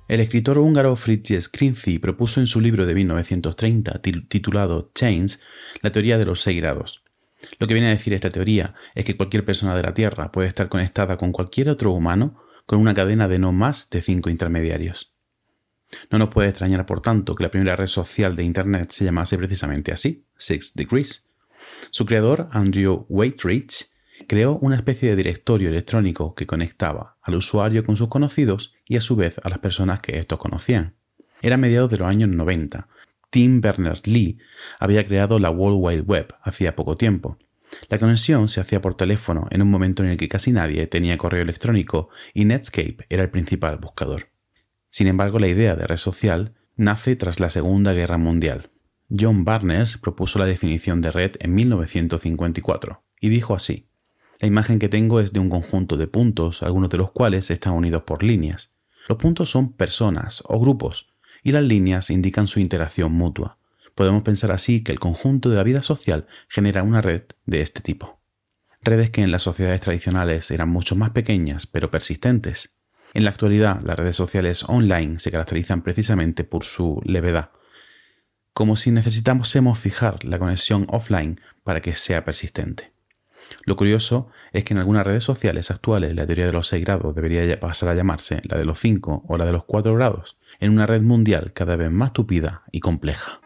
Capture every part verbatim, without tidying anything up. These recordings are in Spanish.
El escritor húngaro Frigyes Krymfi propuso en su libro de mil novecientos treinta, titulado Chains, la teoría de los seis grados. Lo que viene a decir esta teoría es que cualquier persona de la Tierra puede estar conectada con cualquier otro humano con una cadena de no más de cinco intermediarios. No nos puede extrañar, por tanto, que la primera red social de Internet se llamase precisamente así, Six Degrees. Su creador, Andrew Waitrich, creó una especie de directorio electrónico que conectaba al usuario con sus conocidos y a su vez a las personas que estos conocían. Era a mediados de los años noventa. Tim Berners-Lee había creado la World Wide Web hacía poco tiempo. La conexión se hacía por teléfono en un momento en el que casi nadie tenía correo electrónico y Netscape era el principal buscador. Sin embargo, la idea de red social nace tras la Segunda Guerra Mundial. John Barnes propuso la definición de red en mil novecientos cincuenta y cuatro y dijo así: la imagen que tengo es de un conjunto de puntos, algunos de los cuales están unidos por líneas. Los puntos son personas o grupos y las líneas indican su interacción mutua. Podemos pensar así que el conjunto de la vida social genera una red de este tipo. Redes que en las sociedades tradicionales eran mucho más pequeñas pero persistentes. En la actualidad, las redes sociales online se caracterizan precisamente por su levedad, como si necesitásemos fijar la conexión offline para que sea persistente. Lo curioso es que en algunas redes sociales actuales la teoría de los seis grados debería pasar a llamarse la de los cinco o la de los cuatro grados, en una red mundial cada vez más tupida y compleja.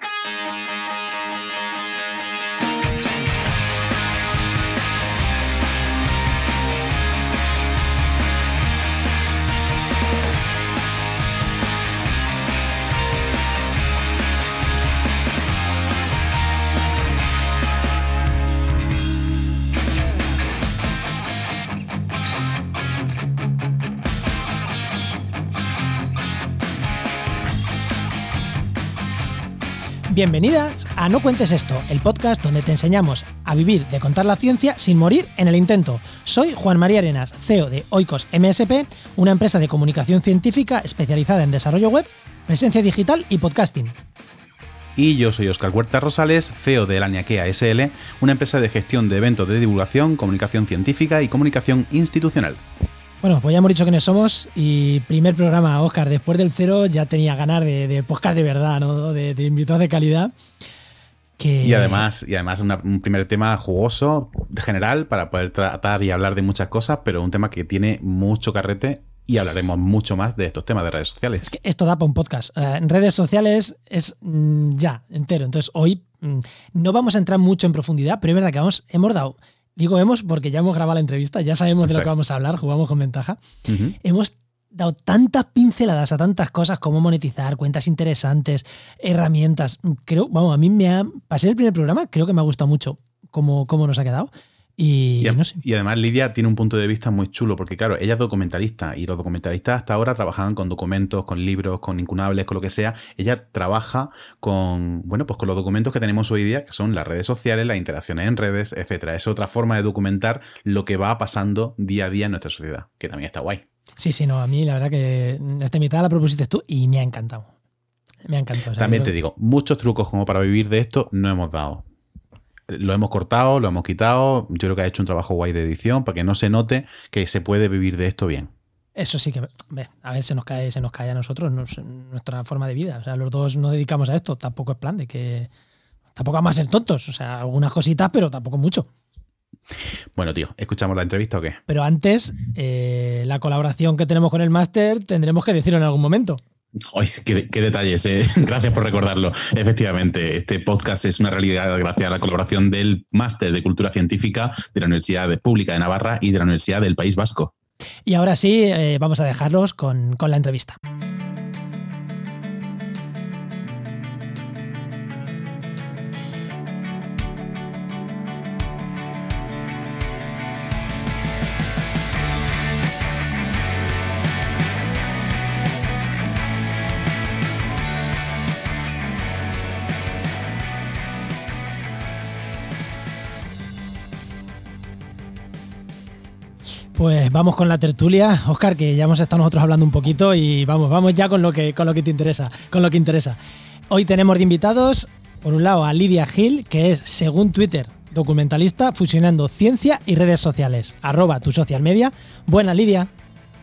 Bienvenidas a No Cuentes Esto, el podcast donde te enseñamos a vivir de contar la ciencia sin morir en el intento. Soy Juan María Arenas, C E O de Oikos M S P, una empresa de comunicación científica especializada en desarrollo web, presencia digital y podcasting. Y yo soy Óscar Huerta Rosales, C E O de Laniakea S L, una empresa de gestión de eventos de divulgación, comunicación científica y comunicación institucional. Bueno, pues ya hemos dicho quiénes somos y primer programa, Óscar, después del cero ya tenía ganas de, de podcast de verdad, ¿no? De, de invitados de calidad. Que... Y además, y además una, un primer tema jugoso, general, para poder tratar y hablar de muchas cosas, pero un tema que tiene mucho carrete y hablaremos mucho más de estos temas de redes sociales. Es que esto da para un podcast. En redes sociales es mmm, ya entero. Entonces hoy mmm, no vamos a entrar mucho en profundidad, pero es verdad que vamos, hemos dado... Digo hemos porque ya hemos grabado la entrevista, ya sabemos de Exacto. lo que vamos a hablar, jugamos con ventaja. Uh-huh. Hemos dado tantas pinceladas a tantas cosas como monetizar, cuentas interesantes, herramientas. Creo, vamos, a mí me ha... Pasé el primer programa, creo que me ha gustado mucho cómo, cómo nos ha quedado. Y, y, no sé. y además Lidia tiene un punto de vista muy chulo, porque claro, ella es documentalista y los documentalistas hasta ahora trabajaban con documentos, con libros, con incunables, con lo que sea. Ella trabaja con, bueno, pues con los documentos que tenemos hoy día, que son las redes sociales, las interacciones en redes, etcétera. Es otra forma de documentar lo que va pasando día a día en nuestra sociedad, que también está guay. Sí, sí, no, a mí la verdad que esta mitad la propusiste tú y me ha encantado. Me ha encantado. O sea, también creo... te digo, muchos trucos como para vivir de esto no hemos dado. Lo hemos cortado, lo hemos quitado. Yo creo que ha hecho un trabajo guay de edición para que no se note que se puede vivir de esto bien. Eso sí que, a ver, se nos cae, se nos cae a nosotros nuestra forma de vida. O sea, los dos nos dedicamos a esto. Tampoco es plan de que... Tampoco vamos a ser tontos. O sea, algunas cositas, pero tampoco mucho. Bueno, tío, ¿escuchamos la entrevista o qué? Pero antes, eh, la colaboración que tenemos con el máster tendremos que decirlo en algún momento. ¡Ay, qué, qué detalles! Eh. Gracias por recordarlo. Efectivamente, este podcast es una realidad gracias a la colaboración del Máster de Cultura Científica de la Universidad Pública de Navarra y de la Universidad del País Vasco. Y ahora sí, eh, vamos a dejarlos con, con la entrevista. Pues vamos con la tertulia, Óscar, que ya hemos estado nosotros hablando un poquito y vamos, vamos ya con lo que, con lo que te interesa, con lo que interesa. Hoy tenemos de invitados, por un lado, a Lidia Gil, que es, según Twitter, documentalista fusionando ciencia y redes sociales. Arroba tu social media. Buena, Lidia.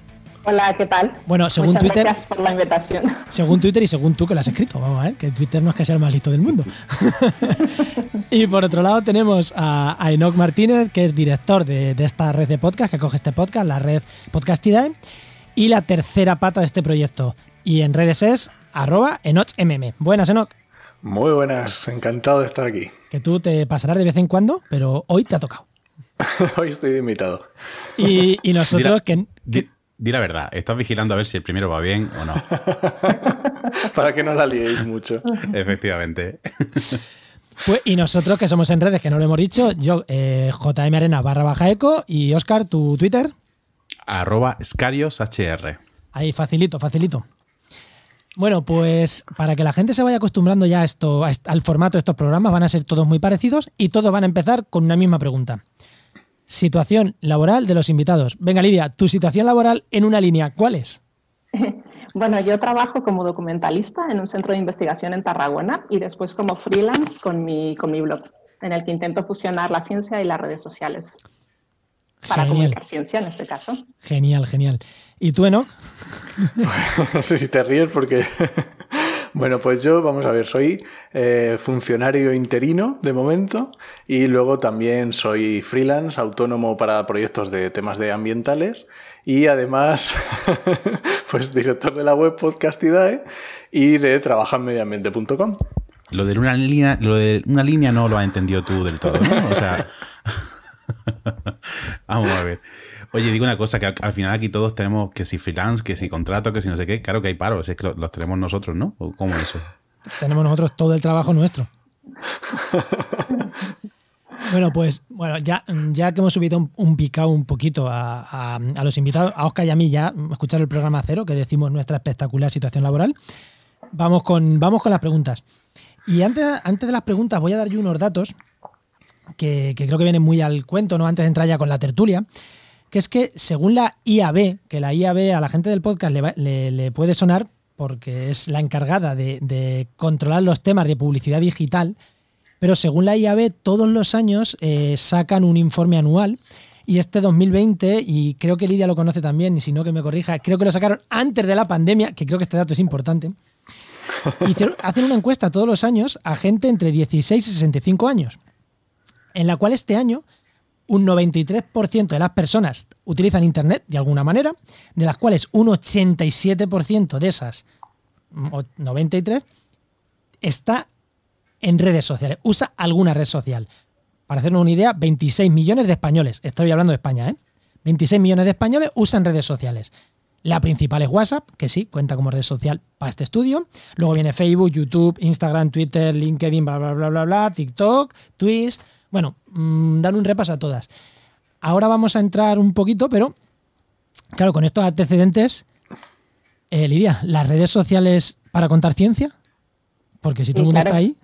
Hola, ¿qué tal? Bueno, según Muchas Twitter, gracias por la invitación. Según Twitter y según tú que lo has escrito, vamos a ver, que Twitter no es que sea el más listo del mundo. Y por otro lado tenemos a, a Enoc Martínez, que es director de, de esta red de podcast, que coge este podcast, la red Podcastidae, y la tercera pata de este proyecto. Y en redes es arroba enochmm. Buenas, Enoc. Muy buenas, encantado de estar aquí. Que tú te pasarás de vez en cuando, pero hoy te ha tocado. Hoy estoy de invitado. Y, y nosotros Dila, que... di, di la verdad, estás vigilando a ver si el primero va bien o no. Para que no la liéis mucho. Efectivamente. Pues, y nosotros que somos en redes, que no lo hemos dicho, yo, eh, jmarena barra baja eco, y Óscar, tu Twitter. Arroba ScariosHR. Ahí, facilito, facilito. Bueno, pues para que la gente se vaya acostumbrando ya a esto, a est- al formato de estos programas, van a ser todos muy parecidos y todos van a empezar con una misma pregunta. Situación laboral de los invitados. Venga, Lidia, tu situación laboral en una línea, ¿cuál es? Bueno, yo trabajo como documentalista en un centro de investigación en Tarragona y después como freelance con mi, con mi blog, en el que intento fusionar la ciencia y las redes sociales. Para Genial. comunicar ciencia en este caso. Genial, genial. ¿Y tú, Enoc? No sé si te ríes porque... Bueno, pues yo, vamos a ver, soy eh, funcionario interino de momento y luego también soy freelance, autónomo para proyectos de temas de ambientales y además, pues director de la web Podcastidae y de trabaja en medioambiente punto com. Lo de una línea, lo de una línea no lo has entendido tú del todo, ¿no? O sea... Vamos a ver. Oye, digo una cosa, que al, al final aquí todos tenemos que si freelance, que si contrato, que si no sé qué. Claro que hay paros, es que los, los tenemos nosotros, ¿no? ¿O cómo es eso? Tenemos nosotros todo el trabajo nuestro. Bueno, pues bueno, ya, ya que hemos subido un, un picado un poquito a, a, a los invitados, a Óscar y a mí ya, escuchar el programa cero, que decimos nuestra espectacular situación laboral, vamos con, vamos con las preguntas. Y antes, antes de las preguntas voy a dar yo unos datos que, que creo que vienen muy al cuento, ¿no? Antes de entrar ya con la tertulia, que es que según la I A B, que la I A B a la gente del podcast le, va, le, le puede sonar porque es la encargada de, de controlar los temas de publicidad digital, pero según la I A B todos los años eh, sacan un informe anual y este dos mil veinte, y creo que Lidia lo conoce también, y si no que me corrija, creo que lo sacaron antes de la pandemia, que creo que este dato es importante, y hacen una encuesta todos los años a gente entre dieciséis y sesenta y cinco años, en la cual este año un noventa y tres por ciento de las personas utilizan Internet de alguna manera, de las cuales un ochenta y siete por ciento de esas noventa y tres está en redes sociales, usa alguna red social. Para hacernos una idea, veintiséis millones de españoles, estoy hablando de España, ¿eh? veintiséis millones de españoles usan redes sociales. La principal es WhatsApp, que sí, cuenta como red social para este estudio. Luego viene Facebook, YouTube, Instagram, Twitter, LinkedIn, bla, bla, bla, bla, bla, TikTok, Twitch. Bueno, mmm, dan un repaso a todas. Ahora vamos a entrar un poquito, pero claro, con estos antecedentes, eh, Lidia, ¿las redes sociales para contar ciencia? Porque si todo el mundo claro. está ahí...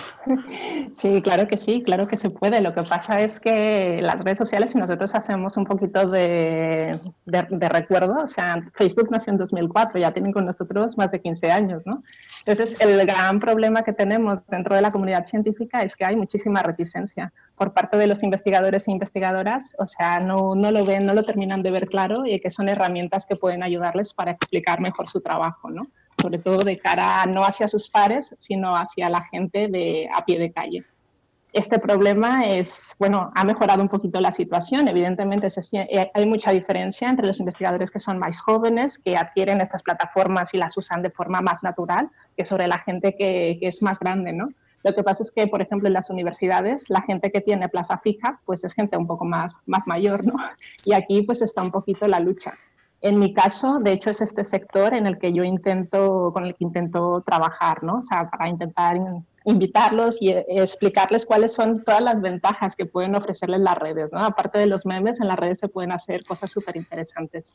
Sí, claro que sí, claro que se puede. Lo que pasa es que las redes sociales, si nosotros hacemos un poquito de, de, de recuerdo, o sea, Facebook nació en dos mil cuatro, ya tienen con nosotros más de quince años, ¿no? Entonces, el gran problema que tenemos dentro de la comunidad científica es que hay muchísima reticencia por parte de los investigadores e investigadoras, o sea, no, no lo ven, no lo terminan de ver claro y que son herramientas que pueden ayudarles para explicar mejor su trabajo, ¿no? Sobre todo de cara no hacia sus pares, sino hacia la gente de, a pie de calle. Este problema es, bueno, ha mejorado un poquito la situación. Evidentemente se, hay mucha diferencia entre los investigadores que son más jóvenes, que adquieren estas plataformas y las usan de forma más natural, que sobre la gente que, que es más grande, ¿no? Lo que pasa es que, por ejemplo, en las universidades, la gente que tiene plaza fija, pues es gente un poco más, más mayor, ¿no? Y aquí pues está un poquito la lucha. En mi caso, de hecho, es este sector en el que yo intento, con el que intento trabajar, ¿no? O sea, para intentar invitarlos y explicarles cuáles son todas las ventajas que pueden ofrecerles las redes, ¿no? Aparte de los memes, en las redes se pueden hacer cosas súper interesantes.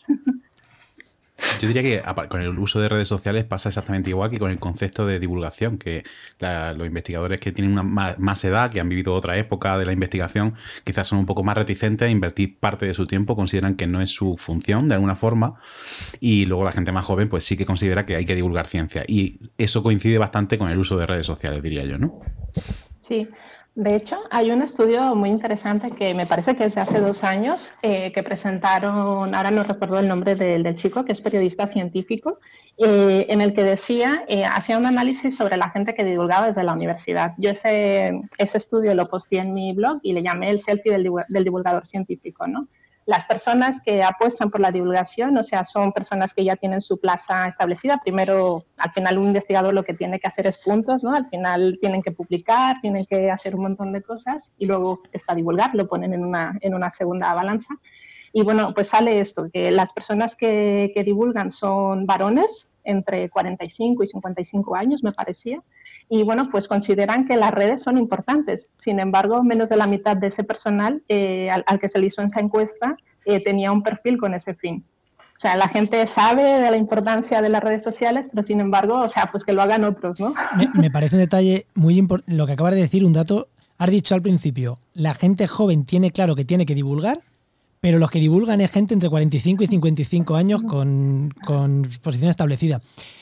Yo diría que con el uso de redes sociales pasa exactamente igual que con el concepto de divulgación, que la, los investigadores que tienen una más, más edad, que han vivido otra época de la investigación, quizás son un poco más reticentes a invertir parte de su tiempo, consideran que no es su función de alguna forma, y luego la gente más joven pues sí que considera que hay que divulgar ciencia, y eso coincide bastante con el uso de redes sociales, diría yo, ¿no? Sí. De hecho, hay un estudio muy interesante que me parece que es de hace dos años, eh, que presentaron, ahora no recuerdo el nombre del, del chico, que es periodista científico, eh, en el que decía, eh, hacía un análisis sobre la gente que divulgaba desde la universidad. Yo ese, ese estudio lo posteé en mi blog y le llamé el selfie del, del divulgador científico, ¿no? Las personas que apuestan por la divulgación, o sea, son personas que ya tienen su plaza establecida. Primero, al final, un investigador lo que tiene que hacer es puntos, ¿no? Al final tienen que publicar, tienen que hacer un montón de cosas y luego está divulgar, lo ponen en una, en una segunda avalancha. Y bueno, pues sale esto, que las personas que, que divulgan son varones entre cuarenta y cinco y cincuenta y cinco años, me parecía. Y bueno, pues consideran que las redes son importantes. Sin embargo, menos de la mitad de ese personal eh, al, al que se le hizo esa encuesta eh, tenía un perfil con ese fin. O sea, la gente sabe de la importancia de las redes sociales, pero sin embargo, o sea, pues que lo hagan otros, ¿no? Me, me parece un detalle muy importante. Lo que acabas de decir, un dato, has dicho al principio, la gente joven tiene claro que tiene que divulgar, pero los que divulgan es gente entre cuarenta y cinco y cincuenta y cinco años con, con posición establecida.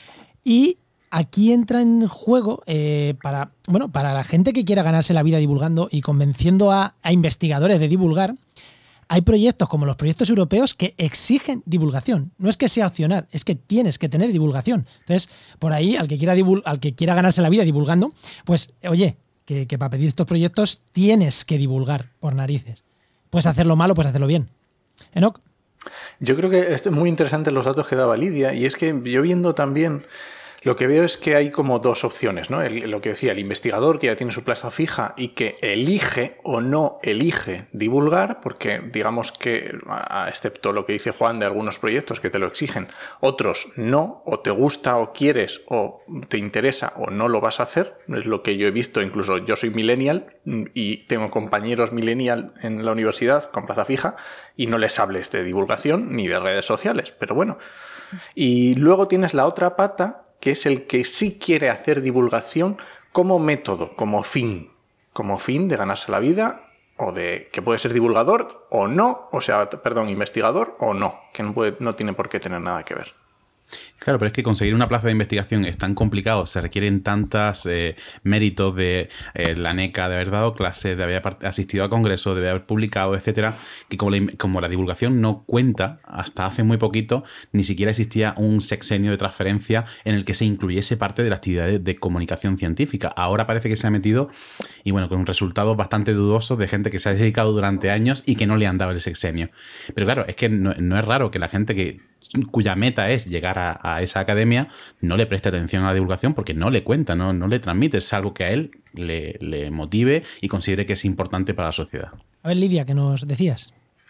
Y aquí entra en juego eh, para, bueno, para la gente que quiera ganarse la vida divulgando y convenciendo a, a investigadores de divulgar. Hay proyectos como los proyectos europeos que exigen divulgación. No es que sea opcional, es que tienes que tener divulgación. Entonces, por ahí, al que quiera, divul- al que quiera ganarse la vida divulgando, pues, oye, que, que para pedir estos proyectos tienes que divulgar por narices. Puedes hacerlo mal o puedes hacerlo bien. Enoc. Yo creo que es muy interesante los datos que daba Lidia, y es que yo viendo también, lo que veo es que hay como dos opciones, ¿no? El, lo que decía, el investigador que ya tiene su plaza fija y que elige o no elige divulgar, porque digamos que, excepto lo que dice Juan de algunos proyectos que te lo exigen, otros no, o te gusta o quieres o te interesa o no lo vas a hacer. Es lo que yo he visto, incluso yo soy millennial y tengo compañeros millennial en la universidad con plaza fija y no les hables de divulgación ni de redes sociales, pero bueno. Y luego tienes la otra pata, que es el que sí quiere hacer divulgación como método, como fin, como fin de ganarse la vida, o de que puede ser divulgador o no, o sea, perdón, investigador o no, que no, puede, no tiene por qué tener nada que ver. Claro, pero es que conseguir una plaza de investigación es tan complicado, se requieren tantos eh, méritos de eh, la NECA, de haber dado clases, de haber asistido a congresos, de haber publicado, etcétera, que como la, como la divulgación no cuenta, hasta hace muy poquito, ni siquiera existía un sexenio de transferencia en el que se incluyese parte de la actividad de, de comunicación científica. Ahora parece que se ha metido, y bueno, con resultados bastante dudosos de gente que se ha dedicado durante años y que no le han dado el sexenio. Pero claro, es que no, no es raro que la gente que cuya meta es llegar a, a esa academia no le preste atención a la divulgación porque no le cuenta, no, no le transmite, es algo que a él le, le motive y considere que es importante para la sociedad. A ver, Lidia, ¿qué nos decías?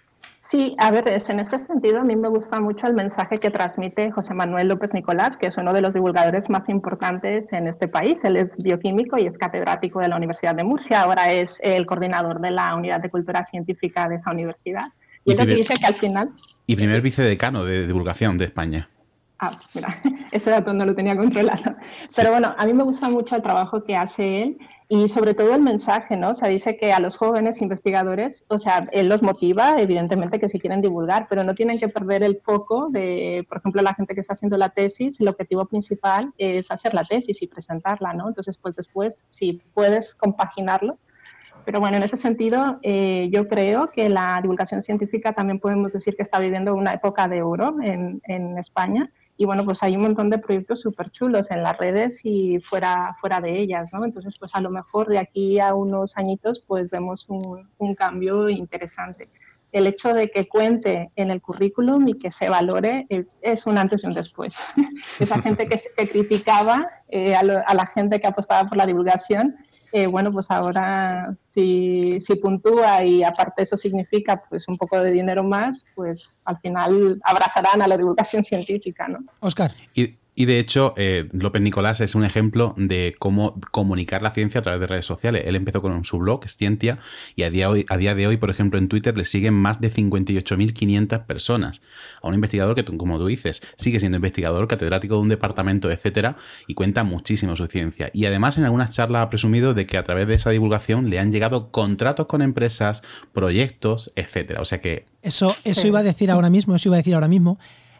Sí, a ver, es, en este sentido a mí me gusta mucho el mensaje que transmite José Manuel López Nicolás, que es uno de los divulgadores más importantes en este país. Él es bioquímico y es catedrático de la Universidad de Murcia, ahora es el coordinador de la Unidad de Cultura Científica de esa universidad. Y, y él lo que dice que al final... Y primer vicedecano de divulgación de España. Ah, mira, ese dato no lo tenía controlado. Sí. Pero bueno, a mí me gusta mucho el trabajo que hace él y sobre todo el mensaje, ¿no? O sea, dice que a los jóvenes investigadores, o sea, él los motiva, evidentemente, que si quieren divulgar, pero no tienen que perder el foco de, por ejemplo, la gente que está haciendo la tesis, el objetivo principal es hacer la tesis y presentarla, ¿no? Entonces, pues después, si puedes compaginarlo. Pero bueno, en ese sentido, eh, yo creo que la divulgación científica también podemos decir que está viviendo una época de oro en, en España. Y bueno, pues hay un montón de proyectos súper chulos en las redes y fuera, fuera de ellas, ¿no? Entonces, pues a lo mejor de aquí a unos añitos, pues vemos un, un cambio interesante. El hecho de que cuente en el currículum y que se valore es, es un antes y un después. Esa gente que, que criticaba eh, a, lo, a la gente que apostaba por la divulgación, Eh, bueno, pues ahora si, si puntúa y aparte eso significa pues un poco de dinero más, pues al final abrazarán a la divulgación científica, ¿no? Óscar. Y, y de hecho, eh, López Nicolás es un ejemplo de cómo comunicar la ciencia a través de redes sociales. Él empezó con su blog, Scientia, y a día, hoy, a día de hoy, por ejemplo, en Twitter le siguen más de cincuenta y ocho mil quinientas personas. A un investigador que, como tú dices, sigue siendo investigador, catedrático de un departamento, etcétera, y cuenta muchísimo su ciencia. Y además, en algunas charlas ha presumido de que a través de esa divulgación le han llegado contratos con empresas, proyectos, etcétera. O sea que... Eso, eso iba a decir ahora mismo, eso iba a decir ahora mismo.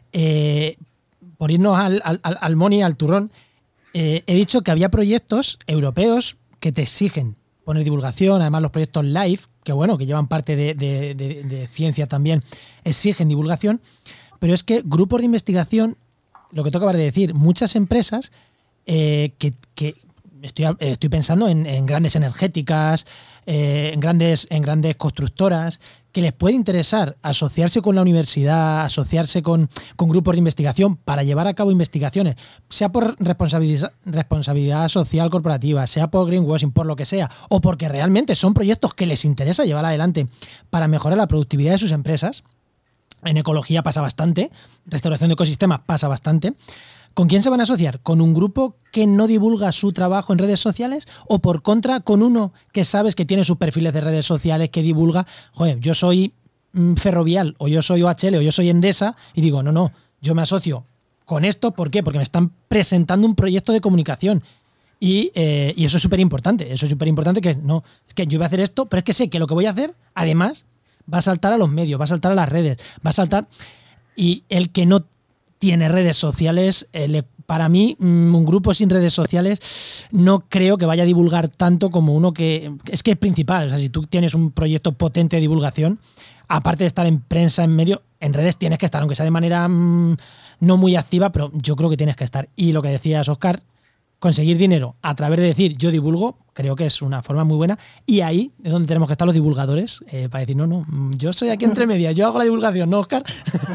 Eh... Por irnos al, al, al money, al turrón, eh, he dicho que había proyectos europeos que te exigen poner divulgación. Además, los proyectos live, que bueno, que llevan parte de, de, de, de ciencia también, exigen divulgación. Pero es que grupos de investigación, lo que tú acabas de decir, muchas empresas eh, que, que estoy, estoy pensando en, en grandes energéticas, eh, en, grandes, en grandes constructoras, que les puede interesar asociarse con la universidad, asociarse con, con grupos de investigación para llevar a cabo investigaciones, sea por responsabilidad, responsabilidad social corporativa, sea por greenwashing, por lo que sea, o porque realmente son proyectos que les interesa llevar adelante para mejorar la productividad de sus empresas. En ecología pasa bastante, restauración de ecosistemas pasa bastante. ¿Con quién se van a asociar? ¿Con un grupo que no divulga su trabajo en redes sociales? ¿O por contra, con uno que sabes que tiene sus perfiles de redes sociales, que divulga, joder, yo soy mm, Ferrovial, o yo soy O H L, o yo soy Endesa, y digo, no, no, yo me asocio con esto, ¿por qué? Porque me están presentando un proyecto de comunicación. Y, eh, y eso es súper importante, eso es súper importante, que no, es que yo voy a hacer esto, pero es que sé que lo que voy a hacer, además, va a saltar a los medios, va a saltar a las redes, va a saltar... Y el que no tiene redes sociales, eh, para mí, un grupo sin redes sociales no creo que vaya a divulgar tanto como uno que... Es que es principal, o sea, si tú tienes un proyecto potente de divulgación, aparte de estar en prensa, en medio, en redes tienes que estar, aunque sea de manera mmm, no muy activa, pero yo creo que tienes que estar. Y lo que decías, Óscar, conseguir dinero a través de decir yo divulgo, creo que es una forma muy buena. Y ahí es donde tenemos que estar los divulgadores, eh, para decir, no, no, yo soy aquí entre medias, yo hago la divulgación, ¿no, Óscar?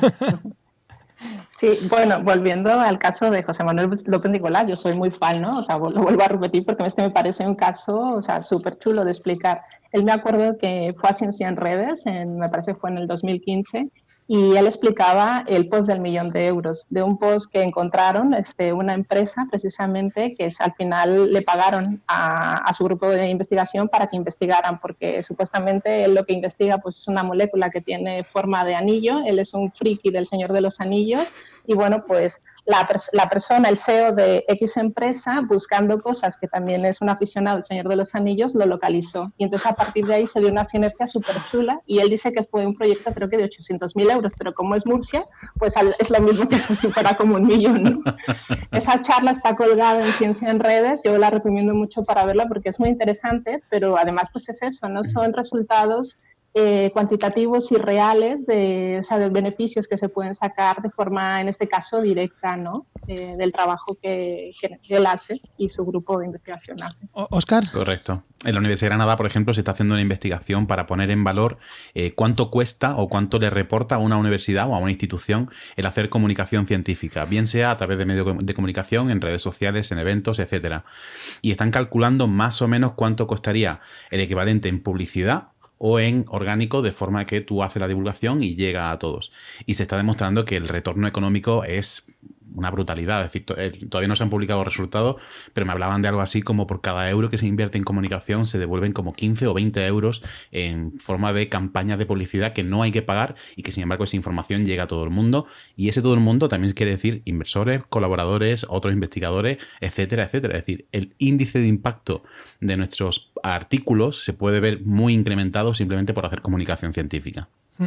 Sí, bueno, volviendo al caso de José Manuel López Nicolás, yo soy muy fan, ¿no? O sea, lo vuelvo a repetir porque es que me parece un caso, o sea, súper chulo de explicar. Él me acuerdo que fue a Ciencia en Redes, en, me parece que fue en el dos mil quince, y él explicaba el post del millón de euros, de un post que encontraron este, una empresa precisamente que es, al final le pagaron a, a su grupo de investigación para que investigaran, porque supuestamente él lo que investiga pues, es una molécula que tiene forma de anillo, él es un friki del Señor de los Anillos, y bueno, pues la, la persona, el C E O de X empresa, buscando cosas que también es un aficionado del Señor de los Anillos, lo localizó. Y entonces a partir de ahí se dio una sinergia súper chula y él dice que fue un proyecto creo que de ochocientos mil euros, pero como es Murcia, pues es lo mismo que si fuera como un millón, ¿no? Esa charla está colgada en Ciencia en Redes, yo la recomiendo mucho para verla porque es muy interesante, pero además pues es eso, ¿no? Son resultados Eh, cuantitativos y reales de, o sea, de beneficios que se pueden sacar de forma, en este caso, directa, ¿no? Eh, del trabajo que, que él hace y su grupo de investigación hace. Óscar. Correcto. En la Universidad de Granada, por ejemplo, se está haciendo una investigación para poner en valor eh, cuánto cuesta o cuánto le reporta a una universidad o a una institución el hacer comunicación científica, bien sea a través de medios de comunicación, en redes sociales, en eventos, etcétera. Y están calculando más o menos cuánto costaría el equivalente en publicidad o en orgánico, de forma que tú haces la divulgación y llega a todos. Y se está demostrando que el retorno económico es una brutalidad. Es decir, todavía no se han publicado resultados, pero me hablaban de algo así como por cada euro que se invierte en comunicación se devuelven como quince o veinte euros en forma de campañas de publicidad que no hay que pagar y que sin embargo esa información llega a todo el mundo. Y ese todo el mundo también quiere decir inversores, colaboradores, otros investigadores, etcétera, etcétera. Es decir, el índice de impacto de nuestros artículos se puede ver muy incrementado simplemente por hacer comunicación científica.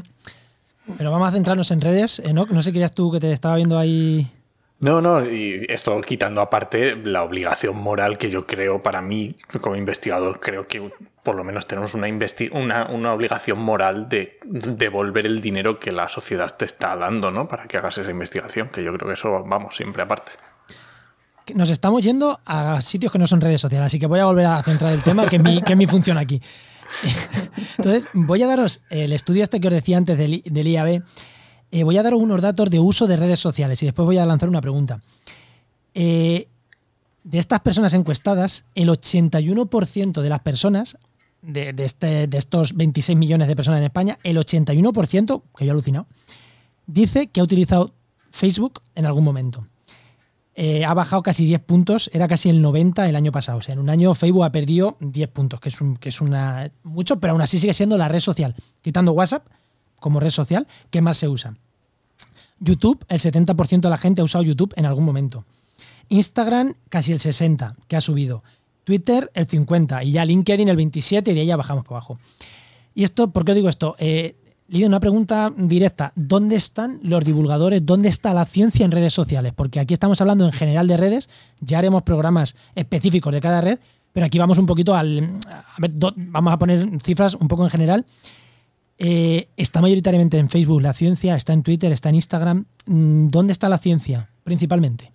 Pero vamos a centrarnos en redes. Enoc, no sé qué eras tú que te estaba viendo ahí. No, no, y esto quitando aparte la obligación moral que yo creo, para mí como investigador, creo que por lo menos tenemos una, investi- una, una obligación moral de devolver el dinero que la sociedad te está dando, ¿no? Para que hagas esa investigación, que yo creo que eso, vamos, siempre aparte. Nos estamos yendo a sitios que no son redes sociales, así que voy a volver a centrar el tema, que es mi, que es mi función aquí. Entonces, voy a daros el estudio este que os decía antes del, del I A B. Eh, voy a daros unos datos de uso de redes sociales y después voy a lanzar una pregunta. Eh, de estas personas encuestadas, el ochenta y uno por ciento de las personas, de, de, este, de estos veintiséis millones de personas en España, el ochenta y uno por ciento, que yo he alucinado, dice que ha utilizado Facebook en algún momento. Eh, ha bajado casi diez puntos, era casi el noventa el año pasado. O sea, en un año Facebook ha perdido diez puntos, que es, un, que es una mucho, pero aún así sigue siendo la red social. Quitando WhatsApp como red social, ¿qué más se usa? YouTube, el setenta por ciento de la gente ha usado YouTube en algún momento. Instagram, casi el sesenta por ciento, que ha subido. Twitter, el cincuenta por ciento. Y ya LinkedIn, el veintisiete por ciento, y de ahí ya bajamos por abajo. ¿Y esto, por qué os digo esto? Eh, Lidia, una pregunta directa. ¿Dónde están los divulgadores? ¿Dónde está la ciencia en redes sociales? Porque aquí estamos hablando en general de redes. Ya haremos programas específicos de cada red. pero aquí vamos un poquito al... A ver, do, vamos a poner cifras un poco en general. Eh, está mayoritariamente en Facebook la ciencia, está en Twitter, está en Instagram. ¿Dónde está la ciencia principalmente?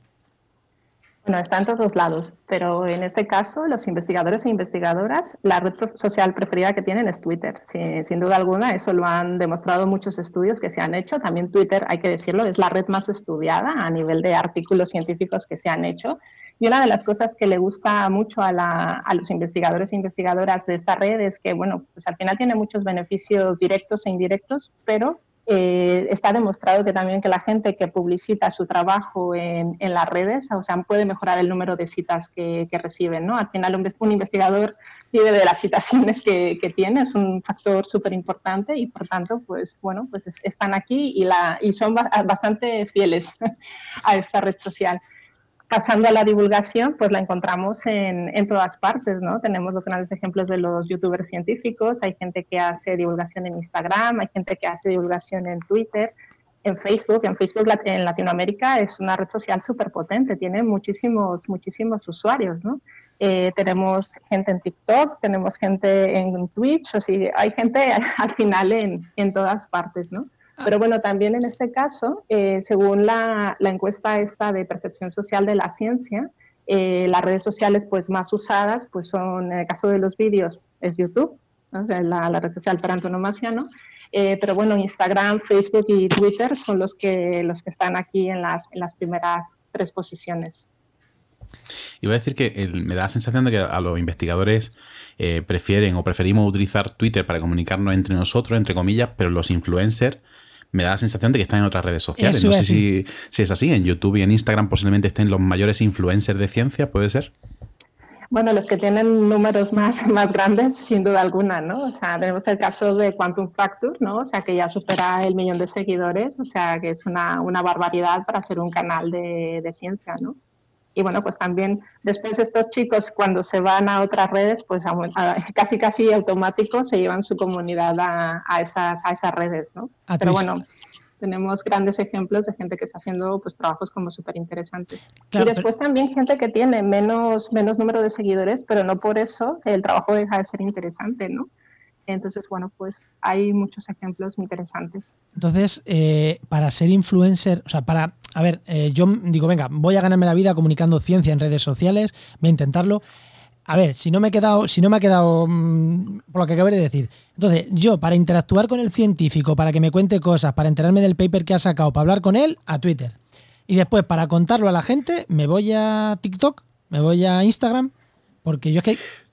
Bueno, está en todos lados, pero en este caso los investigadores e investigadoras, la red social preferida que tienen es Twitter. Sí, sin duda alguna, eso lo han demostrado muchos estudios que se han hecho. También Twitter, hay que decirlo, es la red más estudiada a nivel de artículos científicos que se han hecho. Y una de las cosas que le gusta mucho a, la, a los investigadores e investigadoras de esta red es que, bueno, pues al final tiene muchos beneficios directos e indirectos, pero Eh, está demostrado que también que la gente que publicita su trabajo en, en las redes, o sea, puede mejorar el número de citas que, que reciben, ¿no? Al final un, un investigador vive de las citaciones que, que tiene, es un factor súper importante y por tanto, pues bueno, pues es, están aquí y, la, y son bastante fieles a esta red social. Pasando a la divulgación, pues la encontramos en, en todas partes, ¿no? Tenemos los grandes ejemplos de los youtubers científicos, hay gente que hace divulgación en Instagram, hay gente que hace divulgación en Twitter, en Facebook. En Facebook en Latinoamérica es una red social súper potente, tiene muchísimos, muchísimos usuarios, ¿no? Eh, tenemos gente en TikTok, tenemos gente en Twitch, o sea, hay gente al final en, en todas partes, ¿no? Pero bueno, también en este caso, eh, según la, la encuesta esta de percepción social de la ciencia, eh, las redes sociales pues, más usadas pues, son, en el caso de los vídeos, es YouTube, ¿no? O sea, la, la red social por antonomasia, ¿no? Eh, pero bueno, Instagram, Facebook y Twitter son los que, los que están aquí en las, en las primeras tres posiciones. Iba a decir que el, me da la sensación de que a los investigadores eh, prefieren o preferimos utilizar Twitter para comunicarnos entre nosotros, entre comillas, pero los influencers me da la sensación de que están en otras redes sociales. Eso no sé si, si es así. En YouTube y en Instagram posiblemente estén los mayores influencers de ciencia, ¿puede ser? Bueno, los que tienen números más, más grandes, sin duda alguna, ¿no? O sea, tenemos el caso de Quantum Fracture, ¿no? O sea, que ya supera el millón de seguidores, o sea, que es una, una barbaridad para ser un canal de, de ciencia, ¿no? Y bueno, pues también después estos chicos cuando se van a otras redes, pues a, a, casi casi automático se llevan su comunidad a, a, esas, a esas redes, ¿no? A Pero twist. Bueno, tenemos grandes ejemplos de gente que está haciendo pues trabajos como súper interesantes. Claro, y después pero... también gente que tiene menos, menos número de seguidores, pero no por eso el trabajo deja de ser interesante, ¿no? Entonces, bueno, pues hay muchos ejemplos interesantes. Entonces, eh, para ser influencer, o sea, para, a ver, eh, yo digo, venga, voy a ganarme la vida comunicando ciencia en redes sociales, voy a intentarlo. A ver, si no me he quedado, si no me ha quedado mmm, por lo que acabé de decir. Entonces, yo, para interactuar con el científico, para que me cuente cosas, para enterarme del paper que ha sacado, para hablar con él, a Twitter. Y después, para contarlo a la gente, me voy a TikTok, me voy a Instagram, porque yo es que...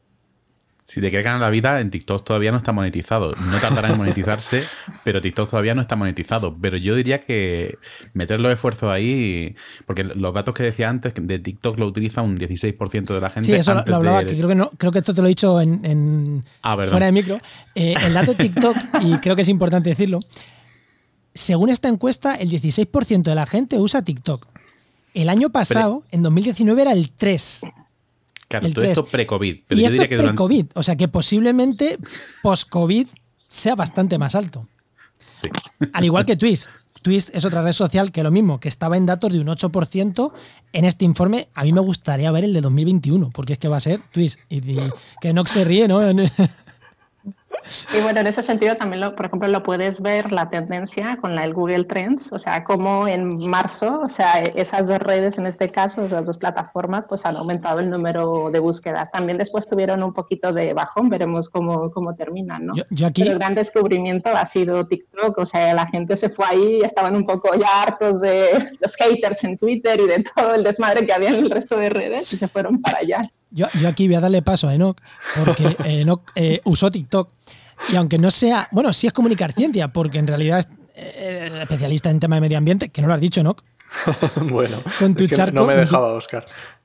Si te quieres ganar la vida, en TikTok todavía no está monetizado. No tardará en monetizarse, pero TikTok todavía no está monetizado. Pero yo diría que meter los esfuerzos ahí, porque los datos que decía antes, de TikTok lo utiliza un dieciséis por ciento de la gente. Sí, eso antes lo hablaba, de... que creo que no, creo que esto te lo he dicho en, en ah, fuera de micro. Eh, el dato de TikTok, y creo que es importante decirlo, según esta encuesta, el dieciséis por ciento de la gente usa TikTok. El año pasado, pero... en dos mil diecinueve, era el tres por ciento. Claro, todo esto pre-COVID. Pero y yo esto diría que durante... pre-COVID, o sea que posiblemente post-COVID sea bastante más alto. Sí. Al igual que Twist. Twist es otra red social que lo mismo, que estaba en datos de un ocho por ciento. En este informe, a mí me gustaría ver el de dos mil veintiuno, porque es que va a ser Twist. Y, y que no se ríe, ¿no? Y bueno, en ese sentido también, lo, por ejemplo, lo puedes ver la tendencia con la, el Google Trends, o sea, como en marzo, o sea, esas dos redes en este caso, esas dos plataformas, pues han aumentado el número de búsquedas. También después tuvieron un poquito de bajón, veremos cómo, cómo terminan, ¿no? Yo, yo aquí... Pero el gran descubrimiento ha sido TikTok, o sea, la gente se fue ahí, estaban un poco ya hartos de los haters en Twitter y de todo el desmadre que había en el resto de redes y se fueron para allá. Yo, yo aquí voy a darle paso a Enoch, porque Enoch eh, usó TikTok. Y aunque no sea... Bueno, sí es comunicar ciencia, porque en realidad es eh, especialista en tema de medio ambiente, que no lo has dicho, Enoch. Bueno, con tu es que charco, no me dejaba, Óscar.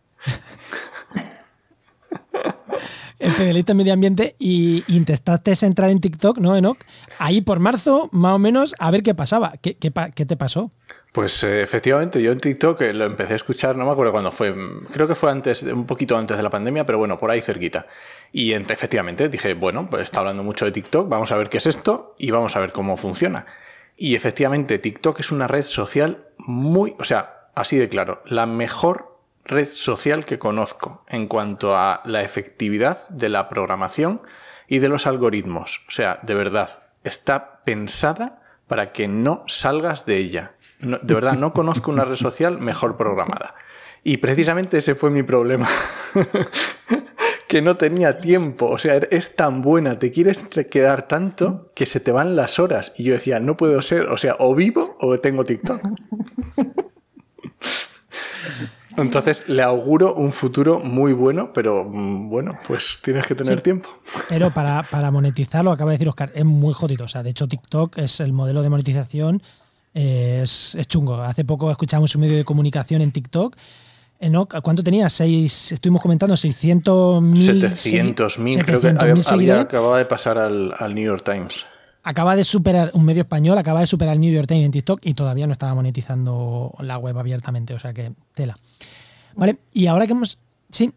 Especialista en medio ambiente y intentaste entrar en TikTok, ¿no, Enoch? Ahí por marzo, más o menos, a ver qué pasaba. ¿Qué, qué, qué te pasó? Pues eh, efectivamente, yo en TikTok lo empecé a escuchar, no me acuerdo cuándo fue, creo que fue antes, un poquito antes de la pandemia, pero bueno, por ahí cerquita. Y efectivamente dije, bueno, pues está hablando mucho de TikTok, vamos a ver qué es esto y vamos a ver cómo funciona. Y efectivamente, TikTok es una red social muy, o sea, así de claro, la mejor red social que conozco en cuanto a la efectividad de la programación y de los algoritmos. O sea, de verdad, está pensada para que no salgas de ella. No, de verdad, no conozco una red social mejor programada. Y precisamente ese fue mi problema. Que no tenía tiempo. O sea, es tan buena, te quieres quedar tanto que se te van las horas. Y yo decía, no puedo ser, o sea, o vivo o tengo TikTok. Entonces le auguro un futuro muy bueno, pero bueno, pues tienes que tener sí, tiempo. Pero para, para monetizarlo, acaba de decir Óscar, es muy jodido. O sea, de hecho TikTok es el modelo de monetización, eh, es, es chungo. Hace poco escuchamos un medio de comunicación en TikTok. ¿No? ¿Cuánto tenía? Seis, estuvimos comentando, seiscientos mil. setecientos mil, creo que había, había acababa de pasar al, al New York Times. Acaba de superar, un medio español, acaba de superar el New York Times en TikTok y todavía no estaba monetizando la web abiertamente, o sea que tela. Vale, y ahora que hemos... Sí.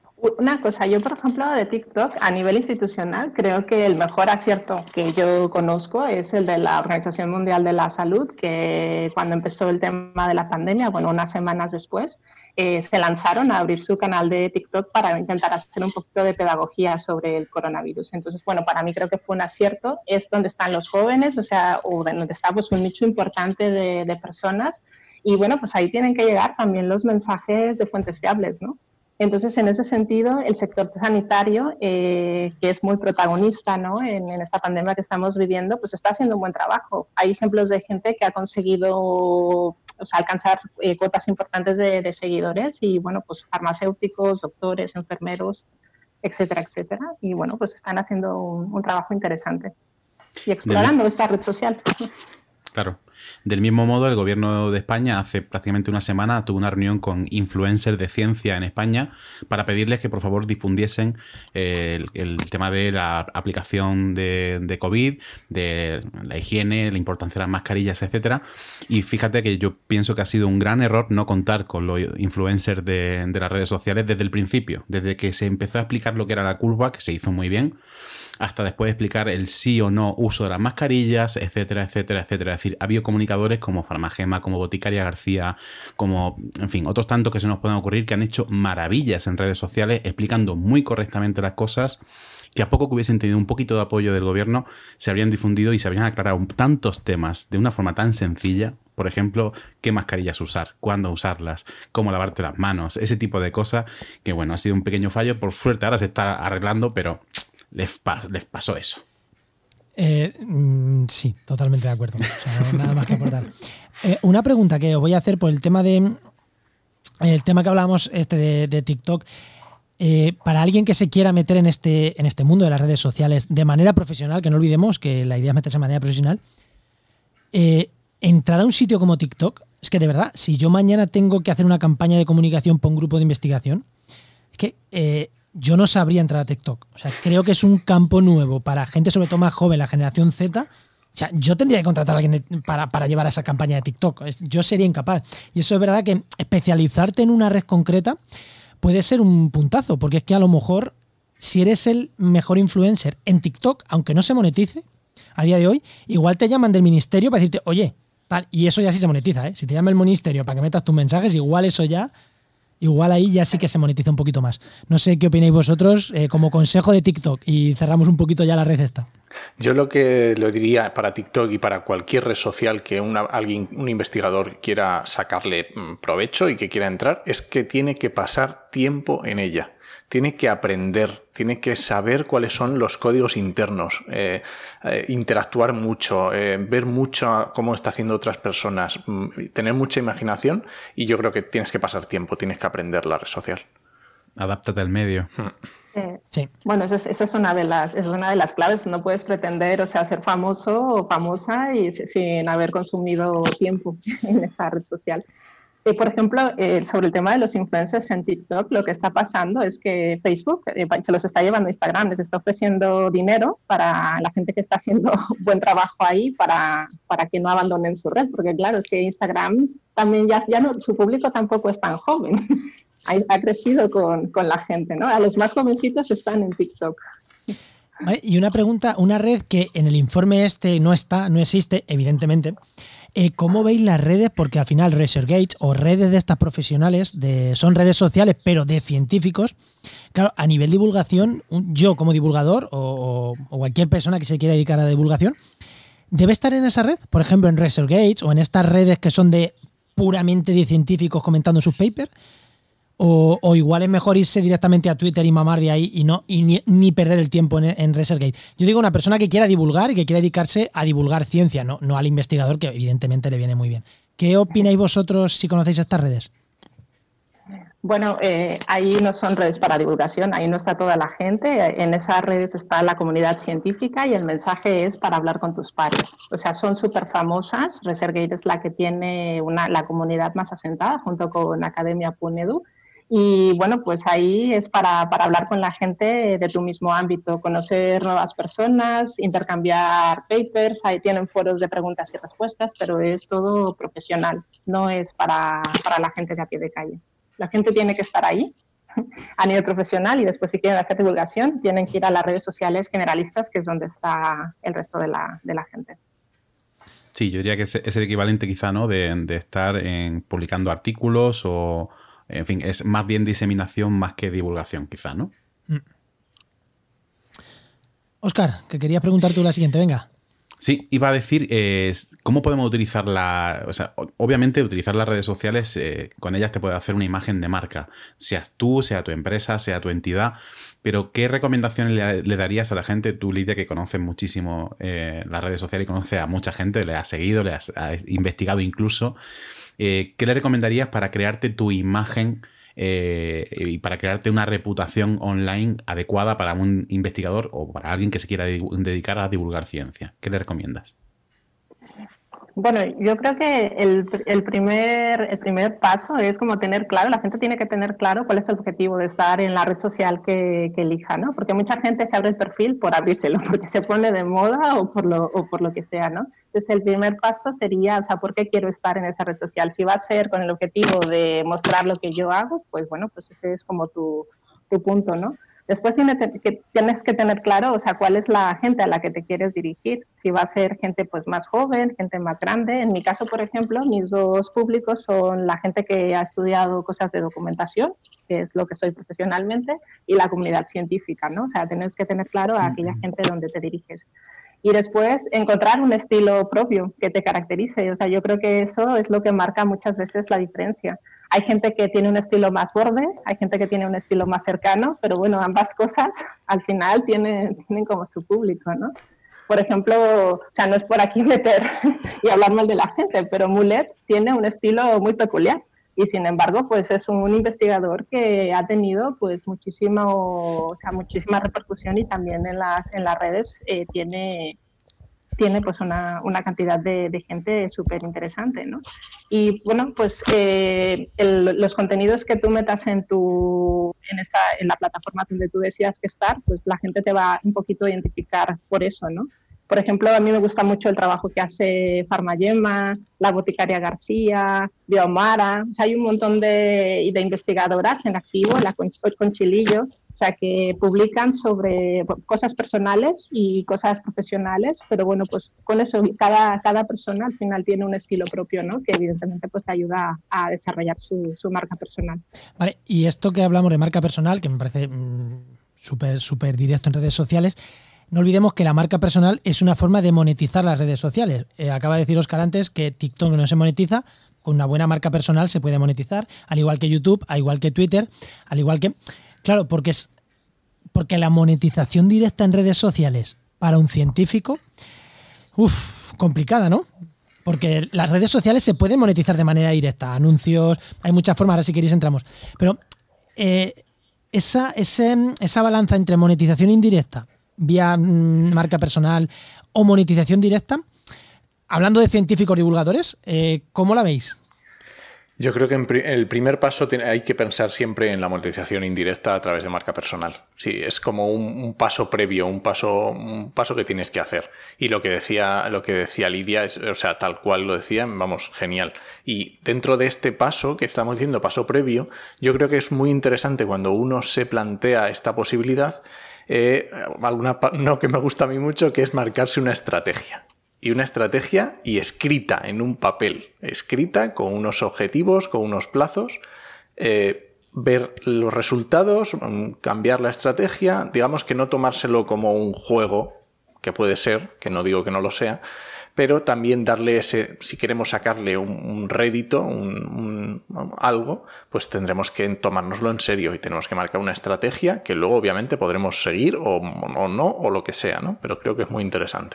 Una cosa, yo por ejemplo de TikTok a nivel institucional creo que el mejor acierto que yo conozco es el de la Organización Mundial de la Salud, que cuando empezó el tema de la pandemia, bueno, unas semanas después, eh, se lanzaron a abrir su canal de TikTok para intentar hacer un poquito de pedagogía sobre el coronavirus. Entonces, bueno, para mí creo que fue un acierto, es donde están los jóvenes, o sea, o donde está pues un nicho importante de, de personas y bueno, pues ahí tienen que llegar también los mensajes de fuentes fiables, ¿no? Entonces, en ese sentido, el sector sanitario, eh, que es muy protagonista, ¿no? en, en esta pandemia que estamos viviendo, pues está haciendo un buen trabajo. Hay ejemplos de gente que ha conseguido o sea, alcanzar eh, cuotas importantes de, de seguidores y, bueno, pues farmacéuticos, doctores, enfermeros, etcétera, etcétera. Y, bueno, pues están haciendo un, un trabajo interesante y explorando esta red social. Claro. Del mismo modo, el gobierno de España hace prácticamente una semana tuvo una reunión con influencers de ciencia en España para pedirles que por favor difundiesen el, el tema de la aplicación de, de COVID, de la higiene, la importancia de las mascarillas, etcétera. Y fíjate que yo pienso que ha sido un gran error no contar con los influencers de, de las redes sociales desde el principio, desde que se empezó a explicar lo que era la curva, que se hizo muy bien, hasta después explicar el sí o no uso de las mascarillas, etcétera, etcétera, etcétera. Es decir, ha habido comunicadores como Farmagema, como Boticaria García, como, en fin, otros tantos que se nos pueden ocurrir que han hecho maravillas en redes sociales explicando muy correctamente las cosas, que a poco que hubiesen tenido un poquito de apoyo del gobierno se habrían difundido y se habrían aclarado tantos temas de una forma tan sencilla. Por ejemplo, qué mascarillas usar, cuándo usarlas, cómo lavarte las manos, ese tipo de cosas que, bueno, ha sido un pequeño fallo. Por suerte ahora se está arreglando, pero les, pas, les pasó eso. Eh, sí, totalmente de acuerdo. O sea, nada más que aportar. Eh, una pregunta que os voy a hacer por el tema de el tema que hablábamos este de, de TikTok. Eh, para alguien que se quiera meter en este, en este mundo de las redes sociales de manera profesional, que no olvidemos que la idea es meterse de manera profesional, eh, entrar a un sitio como TikTok, es que de verdad, si yo mañana tengo que hacer una campaña de comunicación para un grupo de investigación, es que eh, yo no sabría entrar a TikTok. O sea, creo que es un campo nuevo para gente sobre todo más joven, la generación Z. O sea, yo tendría que contratar a alguien para, para llevar a esa campaña de TikTok. Yo sería incapaz. Y eso es verdad que especializarte en una red concreta puede ser un puntazo, porque es que a lo mejor si eres el mejor influencer en TikTok, aunque no se monetice a día de hoy, igual te llaman del ministerio para decirte, oye, tal, y eso ya sí se monetiza, ¿eh? Si te llama el ministerio para que metas tus mensajes, igual eso ya, igual ahí ya sí que se monetiza un poquito más. No sé qué opináis vosotros eh, como consejo de TikTok y cerramos un poquito ya la red esta. Yo lo que lo diría para TikTok y para cualquier red social que una, alguien, un investigador quiera sacarle provecho y que quiera entrar, es que tiene que pasar tiempo en ella. Tiene que aprender, tiene que saber cuáles son los códigos internos, eh, eh, interactuar mucho, eh, ver mucho cómo está haciendo otras personas, tener mucha imaginación y yo creo que tienes que pasar tiempo, tienes que aprender la red social. Adáptate al medio. Eh, sí. Bueno, esa es, esa es una de las, es una de las claves. No puedes pretender, o sea, ser famoso o famosa y sin haber consumido tiempo en esa red social. Eh, por ejemplo, eh, sobre el tema de los influencers en TikTok, lo que está pasando es que Facebook eh, se los está llevando a Instagram, les está ofreciendo dinero para la gente que está haciendo buen trabajo ahí para, para que no abandonen su red, porque claro, es que Instagram también ya, ya no, su público tampoco es tan joven. Ha, ha crecido con, con la gente, ¿no? A los más jovencitos están en TikTok. Vale, y una pregunta, una red que en el informe este no está, no existe, evidentemente, Eh, ¿Cómo veis las redes? Porque al final ResearchGate o redes de estas profesionales de, son redes sociales, pero de científicos. Claro, a nivel divulgación, yo como divulgador o, o cualquier persona que se quiera dedicar a la divulgación, ¿debe estar en esa red? Por ejemplo, en ResearchGate o en estas redes que son de puramente de científicos comentando sus papers. O, o igual es mejor irse directamente a Twitter y mamar de ahí y no y ni, ni perder el tiempo en, en ResearchGate. Yo digo una persona que quiera divulgar y que quiera dedicarse a divulgar ciencia, no, no al investigador, que evidentemente le viene muy bien. ¿Qué opináis vosotros si conocéis estas redes? Bueno, eh, ahí no son redes para divulgación, ahí no está toda la gente, en esas redes está la comunidad científica y el mensaje es para hablar con tus pares. O sea, son súper famosas, ResearchGate es la que tiene una, la comunidad más asentada junto con Academia punto edu. Y bueno, pues ahí es para, para hablar con la gente de tu mismo ámbito, conocer nuevas personas, intercambiar papers, ahí tienen foros de preguntas y respuestas, pero es todo profesional, no es para, para la gente de a pie de calle. La gente tiene que estar ahí a nivel profesional y después si quieren hacer divulgación tienen que ir a las redes sociales generalistas, que es donde está el resto de la, de la gente. Sí, yo diría que es, es el equivalente quizá, ¿no? de, de estar en, publicando artículos o... En fin, es más bien diseminación más que divulgación, quizá, ¿no? Óscar, que querías preguntar tú la siguiente, venga. Sí, iba a decir, eh, ¿cómo podemos utilizar la... O sea, obviamente utilizar las redes sociales, eh, con ellas te puede hacer una imagen de marca, seas tú, sea tu empresa, sea tu entidad, pero ¿qué recomendaciones le, le darías a la gente? Tú, Lidia, que conoces muchísimo eh, las redes sociales y conoces a mucha gente, le has seguido, le has, has investigado incluso... Eh, ¿Qué le recomendarías para crearte tu imagen eh, y para crearte una reputación online adecuada para un investigador o para alguien que se quiera dedicar a divulgar ciencia? ¿Qué le recomiendas? Bueno, yo creo que el, el, primer, el primer paso es como tener claro, la gente tiene que tener claro cuál es el objetivo de estar en la red social que, que elija, ¿no? Porque mucha gente se abre el perfil por abrírselo, porque se pone de moda o por lo, o por lo que sea, ¿no? Entonces, el primer paso sería, o sea, ¿por qué quiero estar en esa red social? Si va a ser con el objetivo de mostrar lo que yo hago, pues bueno, pues ese es como tu, tu punto, ¿no? Después tiene que, tienes que tener claro, o sea, cuál es la gente a la que te quieres dirigir. Si va a ser gente pues más joven, gente más grande. En mi caso, por ejemplo, mis dos públicos son la gente que ha estudiado cosas de documentación, que es lo que soy profesionalmente, y la comunidad científica, ¿no? O sea, tienes que tener claro a aquella gente donde te diriges. Y después encontrar un estilo propio que te caracterice. O sea, yo creo que eso es lo que marca muchas veces la diferencia. Hay gente que tiene un estilo más borde, hay gente que tiene un estilo más cercano, pero bueno, ambas cosas al final tienen, tienen como su público, ¿no? Por ejemplo, o sea, no es por aquí meter y hablar mal de la gente, pero Mulet tiene un estilo muy peculiar y sin embargo, pues es un investigador que ha tenido pues muchísima, o sea, muchísima repercusión y también en las, en las redes eh, tiene... tiene pues una, una cantidad de, de gente súper interesante, ¿no? Y bueno, pues eh, el, los contenidos que tú metas en tu en esta en la plataforma donde tú decías que estar, pues la gente te va un poquito a identificar por eso, ¿no? Por ejemplo, a mí me gusta mucho el trabajo que hace Farmayema, la boticaria García, Biomara, o sea, hay un montón de, de investigadoras en activo, la Conchilillo, o sea, que publican sobre cosas personales y cosas profesionales, pero bueno, pues con eso cada, cada persona al final tiene un estilo propio, ¿no? Que evidentemente pues te ayuda a, a desarrollar su, su marca personal. Vale, y esto que hablamos de marca personal, que me parece mmm, súper, súper directo en redes sociales, no olvidemos que la marca personal es una forma de monetizar las redes sociales. Eh, acaba de decir Óscar antes que TikTok no se monetiza, con una buena marca personal se puede monetizar, al igual que YouTube, al igual que Twitter, al igual que... Claro, porque es porque la monetización directa en redes sociales para un científico, uff, complicada, ¿no? Porque las redes sociales se pueden monetizar de manera directa, anuncios, hay muchas formas, ahora si queréis entramos. Pero eh, esa, ese, esa balanza entre monetización indirecta, vía mmm, marca personal, o monetización directa, hablando de científicos divulgadores, eh, ¿cómo la veis? Yo creo que en pri- el primer paso tiene, hay que pensar siempre en la monetización indirecta a través de marca personal. Sí, es como un, un paso previo, un paso, un paso que tienes que hacer. Y lo que decía, lo que decía Lidia, es, o sea, tal cual lo decía, vamos, genial. Y dentro de este paso que estamos diciendo, paso previo, yo creo que es muy interesante cuando uno se plantea esta posibilidad, eh, alguna, no que me gusta a mí mucho, que es marcarse una estrategia. y una estrategia y escrita en un papel, escrita con unos objetivos, con unos plazos, eh, ver los resultados, cambiar la estrategia, digamos que no tomárselo como un juego, que puede ser, que no digo que no lo sea, pero también darle ese, si queremos sacarle un, un rédito, un, un, algo, pues tendremos que tomárnoslo en serio y tenemos que marcar una estrategia que luego obviamente podremos seguir o, o no, o lo que sea, ¿no? Pero creo que es muy interesante.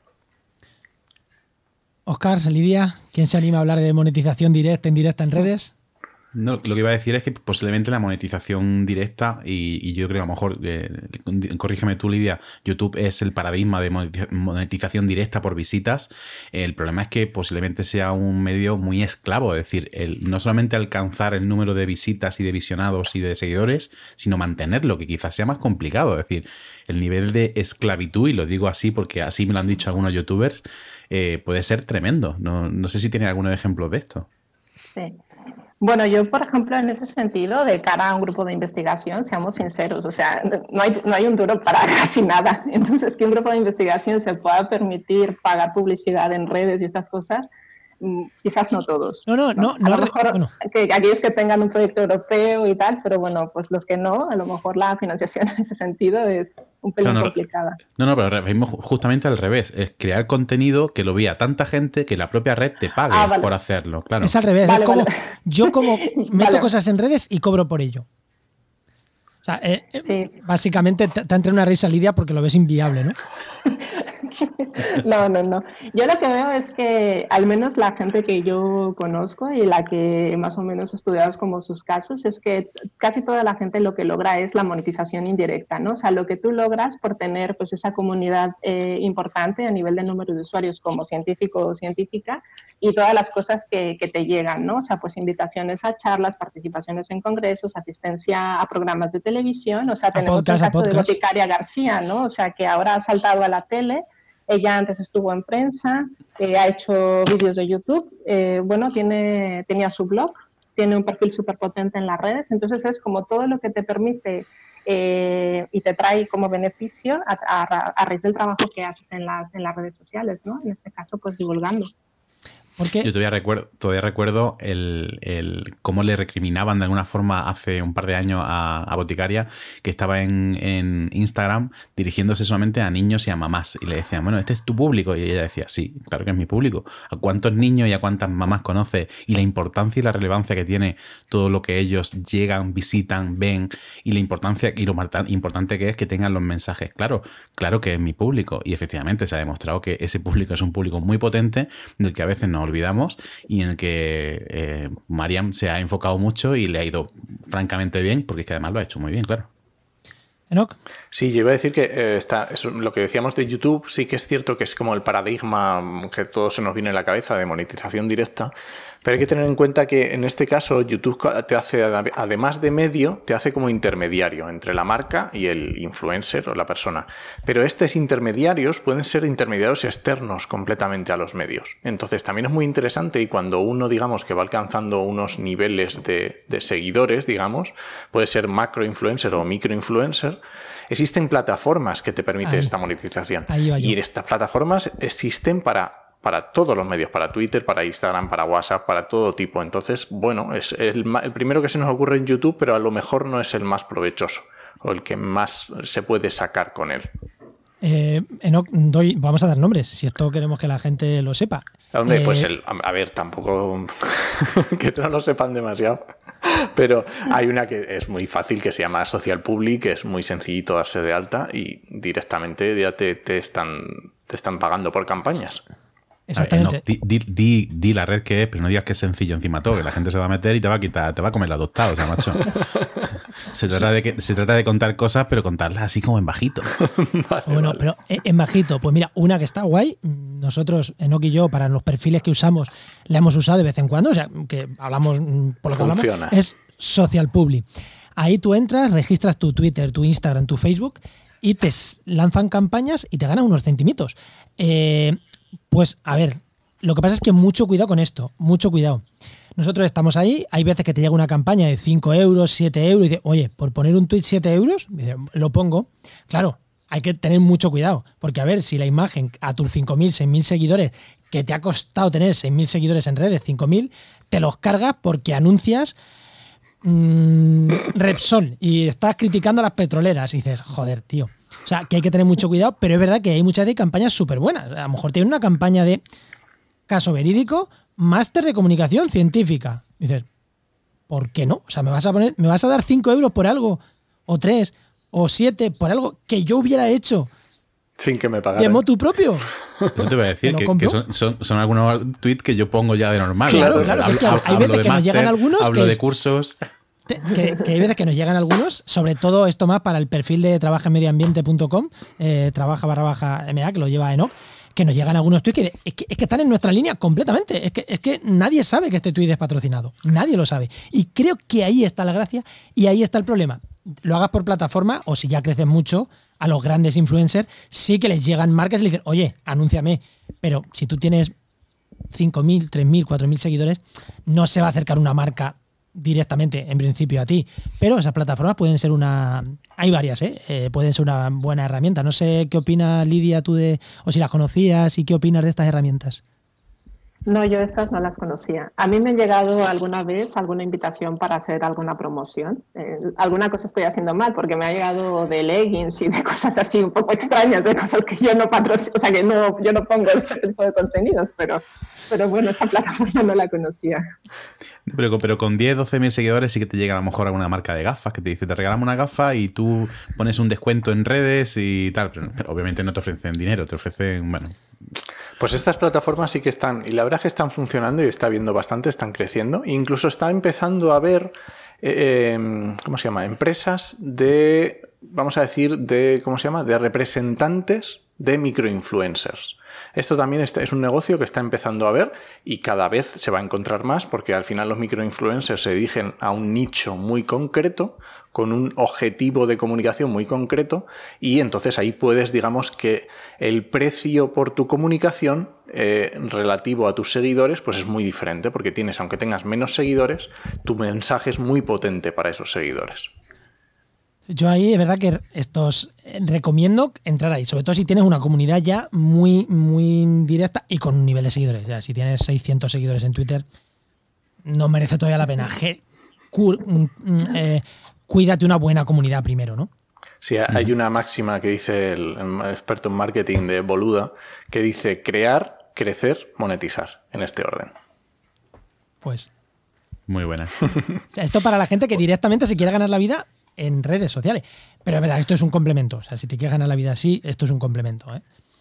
Óscar, Lidia, ¿quién se anima a hablar de monetización directa, indirecta en redes? No, lo que iba a decir es que posiblemente la monetización directa, y, y yo creo que a lo mejor, eh, corrígeme tú, Lidia, YouTube es el paradigma de monetización directa por visitas. El problema es que posiblemente sea un medio muy esclavo, es decir, el, no solamente alcanzar el número de visitas y de visionados y de seguidores, sino mantenerlo, que quizás sea más complicado. Es decir, el nivel de esclavitud, y lo digo así porque así me lo han dicho algunos youtubers, eh, puede ser tremendo. No, no sé si tiene algunos ejemplos de esto. Sí. Bueno, yo, por ejemplo, en ese sentido, de cara a un grupo de investigación, seamos sinceros, o sea, no hay, no hay un duro para casi nada. Entonces, que un grupo de investigación se pueda permitir pagar publicidad en redes y estas cosas, quizás no todos. No, no, no. no a no lo mejor bueno. que aquellos que tengan un proyecto europeo y tal, pero bueno, pues los que no, a lo mejor la financiación en ese sentido es un pelín no, no, complicada. No, no, pero referimos justamente al revés. Es crear contenido que lo vea tanta gente que la propia red te pague ah, vale. por hacerlo. Claro. Es al revés. Vale, es como, vale. Yo como meto vale. cosas en redes y cobro por ello. O sea, eh, sí. básicamente te, te entra una risa, Lidia, porque lo ves inviable, ¿no? No, no, no. Yo lo que veo es que al menos la gente que yo conozco y la que más o menos he estudiado como sus casos, es que casi toda la gente lo que logra es la monetización indirecta, ¿no? O sea, lo que tú logras por tener pues esa comunidad eh, importante a nivel de número de usuarios como científico o científica y todas las cosas que, que te llegan, ¿no? O sea, pues invitaciones a charlas, participaciones en congresos, asistencia a programas de televisión, o sea, a tenemos podcast, el caso de Boticaria García, ¿no? O sea, que ahora ha saltado a la tele. Ella antes estuvo en prensa, eh, ha hecho vídeos de YouTube, eh, bueno, tiene, tenía su blog, tiene un perfil súper potente en las redes, entonces es como todo lo que te permite eh, y te trae como beneficio a, a, a raíz del trabajo que haces en las, en las redes sociales, ¿no? En este caso, pues divulgando. ¿Por qué? Yo todavía recuerdo, todavía recuerdo el, el cómo le recriminaban de alguna forma hace un par de años a, a Boticaria, que estaba en, en Instagram dirigiéndose solamente a niños y a mamás. Y le decían, bueno, ¿este es tu público? Y ella decía, sí, claro que es mi público. ¿A cuántos niños y a cuántas mamás conoce? Y la importancia y la relevancia que tiene todo lo que ellos llegan, visitan, ven, y la importancia y lo importante que es que tengan los mensajes. Claro, claro que es mi público. Y efectivamente se ha demostrado que ese público es un público muy potente, del que a veces nos olvidamos y en el que eh, Mariam se ha enfocado mucho y le ha ido francamente bien, porque es que además lo ha hecho muy bien, claro. ¿Enoch? Sí, yo iba a decir que eh, está, eso, lo que decíamos de YouTube sí que es cierto que es como el paradigma que todo se nos viene a la cabeza de monetización directa, pero hay que tener en cuenta que en este caso YouTube te hace, además de medio, te hace como intermediario entre la marca y el influencer o la persona. Pero estos intermediarios pueden ser intermediarios externos completamente a los medios. Entonces también es muy interesante y cuando uno, digamos, que va alcanzando unos niveles de, de seguidores, digamos, puede ser macro influencer o micro influencer, existen plataformas que te permiten esta monetización. Y estas plataformas existen para... para todos los medios, para Twitter, para Instagram, para WhatsApp, para todo tipo. Entonces, bueno, es el, el primero que se nos ocurre en YouTube, pero a lo mejor no es el más provechoso o el que más se puede sacar con él. Eh, Enoch, doy, vamos a dar nombres, si esto queremos que la gente lo sepa. Hombre, eh, pues el, a ver, tampoco que no lo sepan demasiado, pero hay una que es muy fácil, que se llama Social Public, que es muy sencillito darse de alta y directamente ya te, te, están, te están pagando por campañas. Exactamente. Ver, no, di, di, di la red que es, pero no digas que es sencillo encima todo, que la gente se va a meter y te va a quitar, te va a comer la tostada, o sea, macho. Se trata, sí. de que, se trata de contar cosas, pero contarlas así como en bajito. Vale, bueno, vale. Pero en bajito, pues mira, una que está guay, nosotros, Enoch y yo, para los perfiles que usamos, la hemos usado de vez en cuando, o sea, que hablamos, por lo que Funciona. hablamos, es Social Public. Ahí tú entras, registras tu Twitter, tu Instagram, tu Facebook y te lanzan campañas y te ganan unos centimitos. Eh... Pues, a ver, lo que pasa es que mucho cuidado con esto, mucho cuidado. Nosotros estamos ahí, hay veces que te llega una campaña de cinco euros, siete euros, y dices, oye, por poner un tweet siete euros, lo pongo. Claro, hay que tener mucho cuidado, porque a ver, si la imagen a tus cinco mil, seis mil seguidores, que te ha costado tener seis mil seguidores en redes, cinco mil, te los cargas porque anuncias mmm, Repsol y estás criticando a las petroleras y dices, joder, tío. O sea, que hay que tener mucho cuidado, pero es verdad que hay muchas de campañas súper buenas. A lo mejor tiene una campaña de caso verídico, máster de comunicación científica. Y dices, ¿por qué no? O sea, me vas a poner, me vas a dar cinco euros por algo, o tres, o siete, por algo que yo hubiera hecho sin que me pagaran. De motu propio. Eso te voy a decir, que, que son, son, son algunos tweets que yo pongo ya de normal. Claro, ¿no? claro. Hablo, Es que hay hablo veces de que máster, nos llegan algunos. hablo que de es, cursos. Te, que, que hay veces que nos llegan algunos, sobre todo esto más para el perfil de trabaja en medio ambiente punto com, eh, trabaja barra baja M A, que lo lleva Enoch, que nos llegan algunos tweets que es, que es que están en nuestra línea completamente. Es que, es que nadie sabe que este tweet es patrocinado. Nadie lo sabe. Y creo que ahí está la gracia y ahí está el problema. Lo hagas por plataforma o si ya creces mucho, a los grandes influencers sí que les llegan marcas y le dicen, oye, anúnciame. Pero si tú tienes cinco mil, tres mil, cuatro mil seguidores, no se va a acercar una marca directamente, en principio, a ti. Pero esas plataformas pueden ser una... Hay varias, ¿eh? eh pueden ser una buena herramienta. No sé qué opina Lidia tú de... O si las conocías y qué opinas de estas herramientas. No, yo estas no las conocía. A mí me ha llegado alguna vez alguna invitación para hacer alguna promoción. Eh, alguna cosa estoy haciendo mal porque me ha llegado de leggings y de cosas así un poco extrañas, de cosas que yo no patrocino, o sea, que no, yo no pongo ese tipo de contenidos, pero, pero bueno, esta plataforma no la conocía. Pero, pero con diez, doce mil seguidores sí que te llega a lo mejor alguna marca de gafas que te dice, te regalamos una gafa y tú pones un descuento en redes y tal. Pero, pero obviamente no te ofrecen dinero, te ofrecen, bueno... Pues estas plataformas sí que están, y la verdad es que están funcionando y está viendo bastante, están creciendo. E incluso está empezando a haber, eh, ¿cómo se llama? Empresas de, vamos a decir, de, ¿cómo se llama? De representantes de microinfluencers. Esto también está, es un negocio que está empezando a ver y cada vez se va a encontrar más porque al final los microinfluencers se dirigen a un nicho muy concreto, con un objetivo de comunicación muy concreto y entonces ahí puedes, digamos que el precio por tu comunicación eh, relativo a tus seguidores pues es muy diferente porque tienes, aunque tengas menos seguidores, tu mensaje es muy potente para esos seguidores. Yo ahí es verdad que estos recomiendo entrar ahí, sobre todo si tienes una comunidad ya muy, muy directa y con un nivel de seguidores. Ya, si tienes seiscientos seguidores en Twitter, no merece todavía la pena. Cur, eh, cuídate una buena comunidad primero, ¿no? Sí, hay una máxima que dice el, el experto en marketing de Boluda, que dice crear, crecer, monetizar, en este orden. Pues. Muy buena. O sea, esto para la gente que directamente se quiere ganar la vida en redes sociales. Pero es verdad, esto es un complemento. O sea, si te quieres ganar la vida así, esto es un complemento, ¿eh?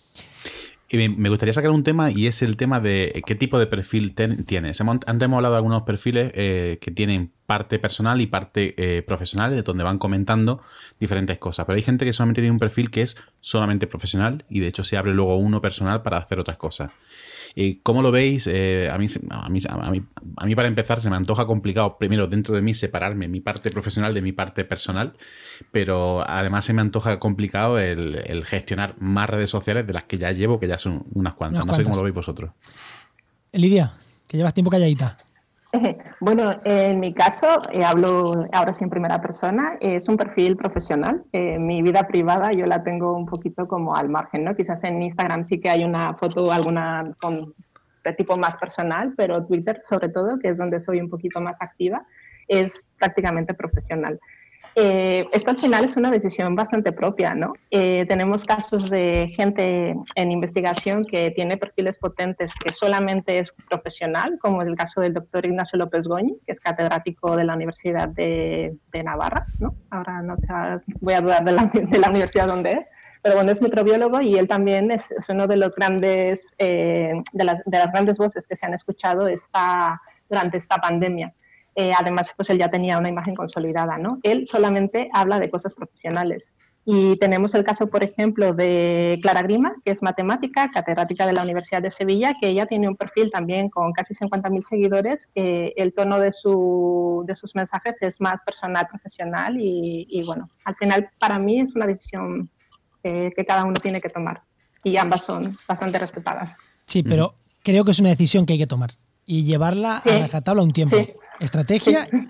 Y me gustaría sacar un tema y es el tema de qué tipo de perfil ten, tienes. Antes hemos hablado de algunos perfiles eh, que tienen parte personal y parte eh, profesional, de donde van comentando diferentes cosas. Pero hay gente que solamente tiene un perfil que es solamente profesional y de hecho se abre luego uno personal para hacer otras cosas. Eh, ¿Cómo lo veis? Eh, a, mí, a, mí, a, mí, a mí para empezar se me antoja complicado primero dentro de mí separarme mi parte profesional de mi parte personal, pero además se me antoja complicado el, el gestionar más redes sociales de las que ya llevo, que ya son unas cuantas. Unas no cuantas. Sé cómo lo veis vosotros. Lidia, que llevas tiempo calladita. Bueno, en mi caso, eh, hablo ahora sí en primera persona, es un perfil profesional. Eh, mi vida privada yo la tengo un poquito como al margen, ¿no? Quizás en Instagram sí que hay una foto alguna con, de tipo más personal, pero Twitter sobre todo, que es donde soy un poquito más activa, es prácticamente profesional. Eh, esto al final es una decisión bastante propia, ¿no? Eh, tenemos casos de gente en investigación que tiene perfiles potentes que solamente es profesional, como el caso del doctor Ignacio López Goñi, que es catedrático de la Universidad de, de Navarra, ¿no? Ahora no te, voy a dudar de la, de la universidad donde es, pero bueno, es microbiólogo y él también es, es uno de los grandes, eh, de, las, de las grandes voces que se han escuchado esta, durante esta pandemia. Eh, además, pues él ya tenía una imagen consolidada, ¿no? Él solamente habla de cosas profesionales. Y tenemos el caso, por ejemplo, de Clara Grima, que es matemática, catedrática de la Universidad de Sevilla, que ella tiene un perfil también con casi cincuenta mil seguidores, que el tono de, su, de sus mensajes es más personal, profesional y, y, bueno, al final para mí es una decisión eh, que cada uno tiene que tomar y ambas son bastante respetadas. Sí, pero mm. creo que es una decisión que hay que tomar y llevarla sí. a rajatabla un tiempo. Sí. Estrategia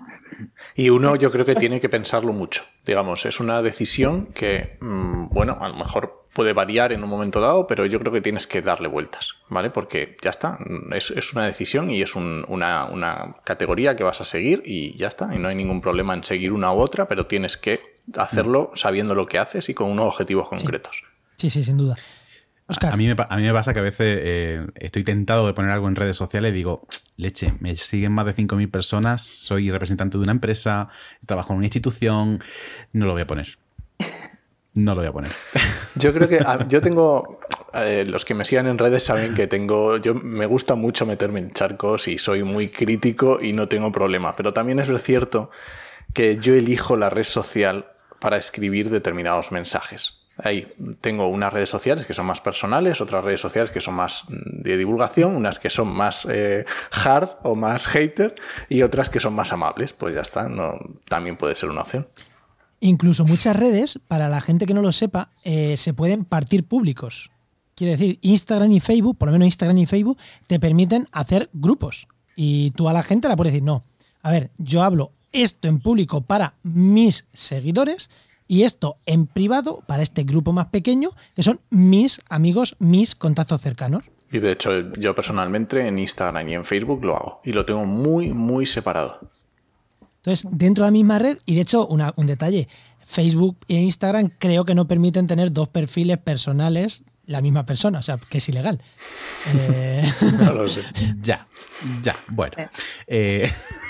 Y uno yo creo que tiene que pensarlo mucho. Digamos, es una decisión que, bueno, a lo mejor puede variar en un momento dado, pero yo creo que tienes que darle vueltas, ¿vale? Porque ya está, es, es una decisión y es un, una, una categoría que vas a seguir y ya está. Y no hay ningún problema en seguir una u otra, pero tienes que hacerlo sabiendo lo que haces y con unos objetivos concretos. Sí, sí, sí, sin duda. Oscar. A mí, me, a mí me pasa que a veces eh, estoy tentado de poner algo en redes sociales y digo, leche, me siguen más de cinco mil personas, soy representante de una empresa, trabajo en una institución, no lo voy a poner. No lo voy a poner. Yo creo que a, yo tengo, eh, los que me sigan en redes saben que tengo, yo me gusta mucho meterme en charcos y soy muy crítico y no tengo problema, pero también es cierto que yo elijo la red social para escribir determinados mensajes. Ahí tengo unas redes sociales que son más personales, otras redes sociales que son más de divulgación, unas que son más eh, hard o más hater y otras que son más amables. Pues ya está, no, también puede ser una opción. Incluso muchas redes, para la gente que no lo sepa, eh, se pueden partir públicos. Quiere decir, Instagram y Facebook, por lo menos Instagram y Facebook, te permiten hacer grupos. Y tú a la gente la puedes decir, no, a ver, yo hablo esto en público para mis seguidores y esto en privado para este grupo más pequeño, que son mis amigos, mis contactos cercanos. Y de hecho, yo personalmente en Instagram y en Facebook lo hago. Y lo tengo muy, muy separado. Entonces, dentro de la misma red, y de hecho, una, un detalle, Facebook e Instagram creo que no permiten tener dos perfiles personales la misma persona, o sea, que es ilegal. Eh... No lo sé. Ya, ya, bueno. Eh...